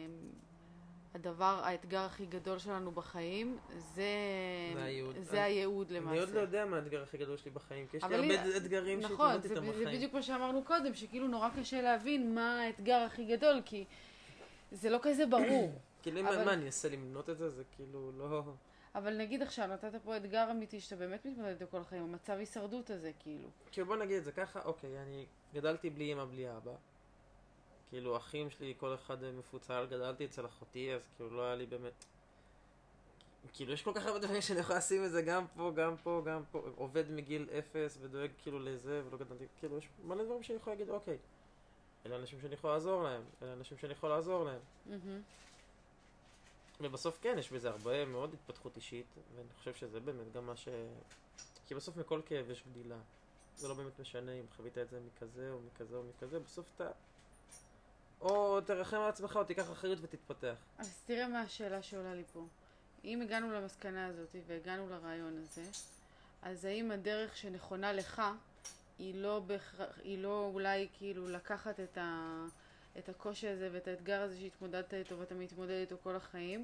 הדבר, האתגר הכי גדול שלנו בחיים, זה, זה הייעוד, זה הייעוד למעשה. אני עוד לא יודע מה האתגר הכי גדול שלי בחיים, כי יש לי הרבה היא... אתגרים נכון, שהתמודדתי איתם בחיים. נכון, זה בדיוק מה שאמרנו קודם, שכאילו נורא קשה להבין מה האתגר הכי גדול, כי זה לא כזה ברור. כאילו, אבל... מה, אני אעשה למנות את זה? זה כאילו לא... אבל נגיד עכשיו, נתת פה אתגר אמיתי שאתה באמת מתמודד איתו כל החיים, המצב הישרדות הזה, כאילו. כאילו, בוא נגיד את זה ככה, אוקיי, אני גדלתי בלי אמא, בלי אבא. כאילו, אחים שלי, כל אחד מפוצל, גדלתי אצל אחותי, אז כאילו לא היה לי באמת... כאילו, יש כל כך הרבה דברים שאני יכול לשים את זה גם פה, גם פה, גם פה. עובד מגיל אפס ודואג כאילו לזה, ולא גדלתי... כאילו, יש מלא דברים שאני יכול להגיד, אוקיי, אלה אנשים שאני יכול לעזור להם, אלה אנשים שאני יכול לעזור להם. ובסוף כן, יש בזה הרבה מאוד התפתחות אישית, ואני חושב שזה באמת גם מה ש... כי בסוף מכל כאב יש גדילה. זה לא באמת משנה אם חווית את זה מכזה או מכזה או מכזה, בסוף אתה... או תרחם על עצמך או תיקח אחריות ותתפתח. אז תראה מה השאלה שעולה לי פה. אם הגענו למסקנה הזאת והגענו לרעיון הזה, אז האם הדרך שנכונה לך היא לא, בהכרח, היא לא אולי כאילו לקחת את, ה, את הקושי הזה ואת האתגר הזה שהתמודדת איתו ואתה מתמודד איתו כל החיים,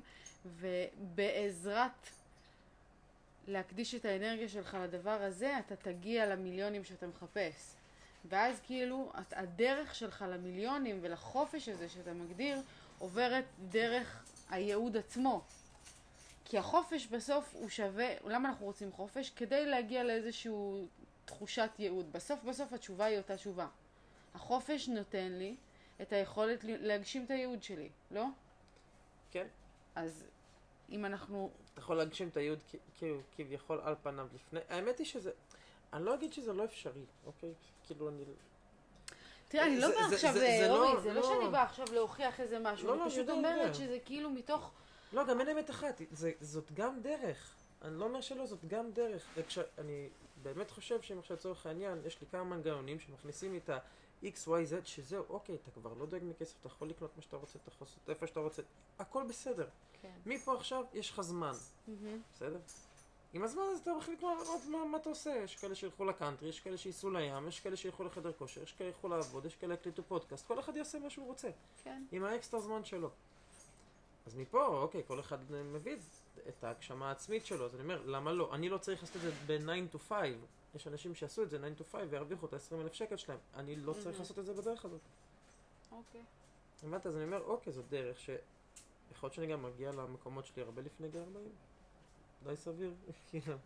ובעזרת להקדיש את האנרגיה שלך לדבר הזה, אתה תגיע למיליונים שאתה מחפש. ואז כאילו הדרך שלך למיליונים ולחופש הזה שאתה מגדיר עוברת דרך הייעוד עצמו. כי החופש בסוף הוא שווה, למה אנחנו רוצים חופש? כדי להגיע לאיזשהו תחושת ייעוד. בסוף בסוף התשובה היא אותה תשובה. החופש נותן לי את היכולת להגשים את הייעוד שלי, לא? כן. אז אם אנחנו... אתה יכול להגשים את הייעוד כביכול על פניו לפני. האמת היא שזה... אני לא אגיד שזה לא אפשרי, אוקיי? כאילו אני... תראה, אני לא באה עכשיו, אורי, זה לא שאני באה עכשיו להוכיח איזה משהו, אני פשוט אומרת שזה כאילו מתוך... לא, גם אין אמת אחת, זאת גם דרך. אני לא אומר שלא, זאת גם דרך. אני באמת חושב שאם עכשיו צורך העניין, יש לי כמה מנגנונים שמכניסים את ה-X, Y, Z, שזהו, אוקיי, אתה כבר לא דואג מכסף, אתה יכול לקנות מה שאתה רוצה, אתה יכול לעשות איפה שאתה רוצה, הכל בסדר. מפה עכשיו יש לך זמן, בסדר? עם הזמן הזה אתה הולך לקרוא מה, מה אתה עושה. יש כאלה שילכו לקאנטרי, יש כאלה שייסעו לים, יש כאלה שילכו לחדר כושר, יש כאלה שילכו לעבוד, יש כאלה יקליטו פודקאסט, כל אחד יעשה מה שהוא רוצה. כן. עם האקסטרה זמן שלו. אז מפה, אוקיי, כל אחד מביא את ההגשמה העצמית שלו, אז אני אומר, למה לא? אני לא צריך לעשות את זה ב-nine to five. יש אנשים שעשו את זה nine to five והרוויחו את ה-עשרים אלף שקל שלהם. אני לא צריך לעשות את זה בדרך הזאת. אוקיי. הבנת? אז אני אומר, אוקיי, זאת דרך ש... יכול להיות שאני גם מגיע למקומות שלי הרבה לפני גיל ארבעים. די סביר, כאילו.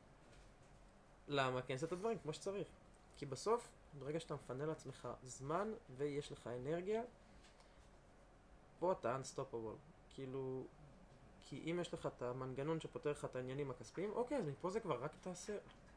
למה? כי אני אעשה את הדברים כמו שצריך. כי בסוף, ברגע שאתה מפנה לעצמך זמן ויש לך אנרגיה, פה אתה unstoppable. כאילו, כי אם יש לך את המנגנון שפותר לך את העניינים הכספיים, אוקיי, אז מפה זה כבר רק תעשה,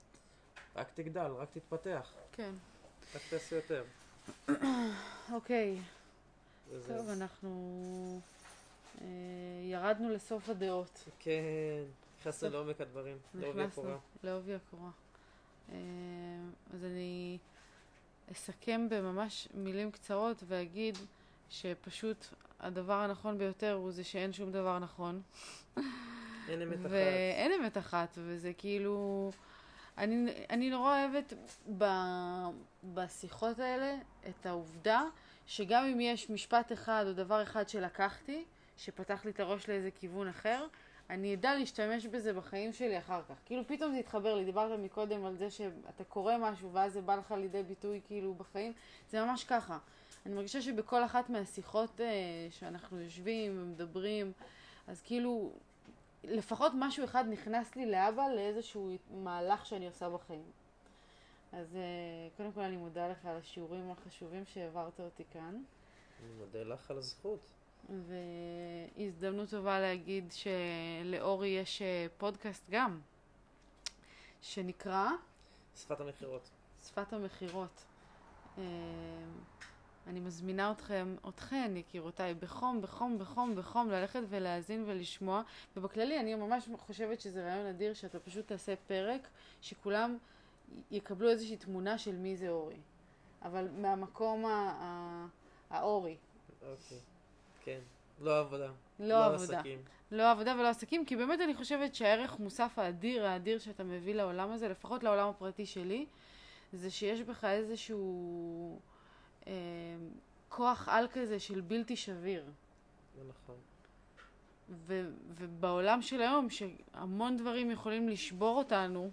רק תגדל, רק תתפתח. כן. רק תעשה יותר. אוקיי. וזה- טוב, אנחנו אה, ירדנו לסוף הדעות. כן, נכנסנו לעומק הדברים, לעובי נכנסנו הקורה. לעובי הקורה. אה, אז אני אסכם בממש מילים קצרות ואגיד שפשוט הדבר הנכון ביותר הוא זה שאין שום דבר נכון. אין אמת אחת. ואין אמת אחת, וזה כאילו... אני, אני נורא אוהבת ב, בשיחות האלה את העובדה שגם אם יש משפט אחד או דבר אחד שלקחתי, שפתח לי את הראש לאיזה כיוון אחר, אני אדע להשתמש בזה בחיים שלי אחר כך. כאילו פתאום זה התחבר לי, דיברת מקודם על זה שאתה קורא משהו ואז זה בא לך לידי ביטוי כאילו בחיים, זה ממש ככה. אני מרגישה שבכל אחת מהשיחות אה, שאנחנו יושבים ומדברים, אז כאילו לפחות משהו אחד נכנס לי לאבא לאיזשהו מהלך שאני עושה בחיים. אז אה, קודם כל אני מודה לך על השיעורים החשובים שהעברת אותי כאן. אני מודה לך על הזכות. והזדמנות טובה להגיד שלאורי יש אה, פודקאסט גם, שנקרא שפת המחירות. שפת המחירות. אה, אני מזמינה אתכם, אתכן, יקירותיי, בחום, בחום, בחום, בחום, ללכת ולהאזין ולשמוע. ובכללי, אני ממש חושבת שזה רעיון אדיר שאתה פשוט תעשה פרק, שכולם יקבלו איזושהי תמונה של מי זה אורי. אבל מהמקום ה- ה- האורי. אוקיי. כן. לא עבודה. לא עבודה. עסקים. לא עבודה ולא עסקים, כי באמת אני חושבת שהערך מוסף האדיר, האדיר שאתה מביא לעולם הזה, לפחות לעולם הפרטי שלי, זה שיש בך איזשהו אה, כוח על כזה של בלתי שביר. זה נכון. ו- ובעולם של היום, שהמון דברים יכולים לשבור אותנו,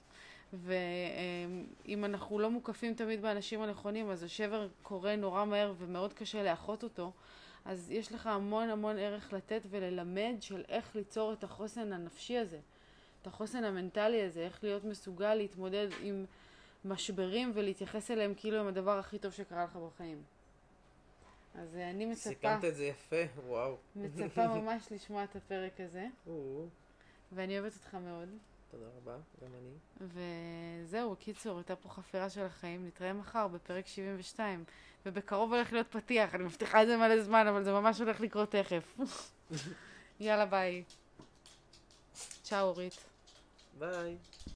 ואם אנחנו לא מוקפים תמיד באנשים הנכונים, אז השבר קורה נורא מהר ומאוד קשה לאחות אותו, אז יש לך המון המון ערך לתת וללמד של איך ליצור את החוסן הנפשי הזה, את החוסן המנטלי הזה, איך להיות מסוגל להתמודד עם משברים ולהתייחס אליהם כאילו הם הדבר הכי טוב שקרה לך בחיים. אז אני מצפה, סיכמת את זה יפה, וואו. מצפה ממש לשמוע את הפרק הזה, או, ואני אוהבת אותך מאוד. תודה רבה, גם אני. וזהו, קיצור, הייתה פה חפירה של החיים, נתראה מחר בפרק שבעים ושתיים, ובקרוב הולך להיות פתיח, אני מבטיחה את זה מלא זמן, אבל זה ממש הולך לקרות תכף. יאללה ביי. צ'או אורית. ביי.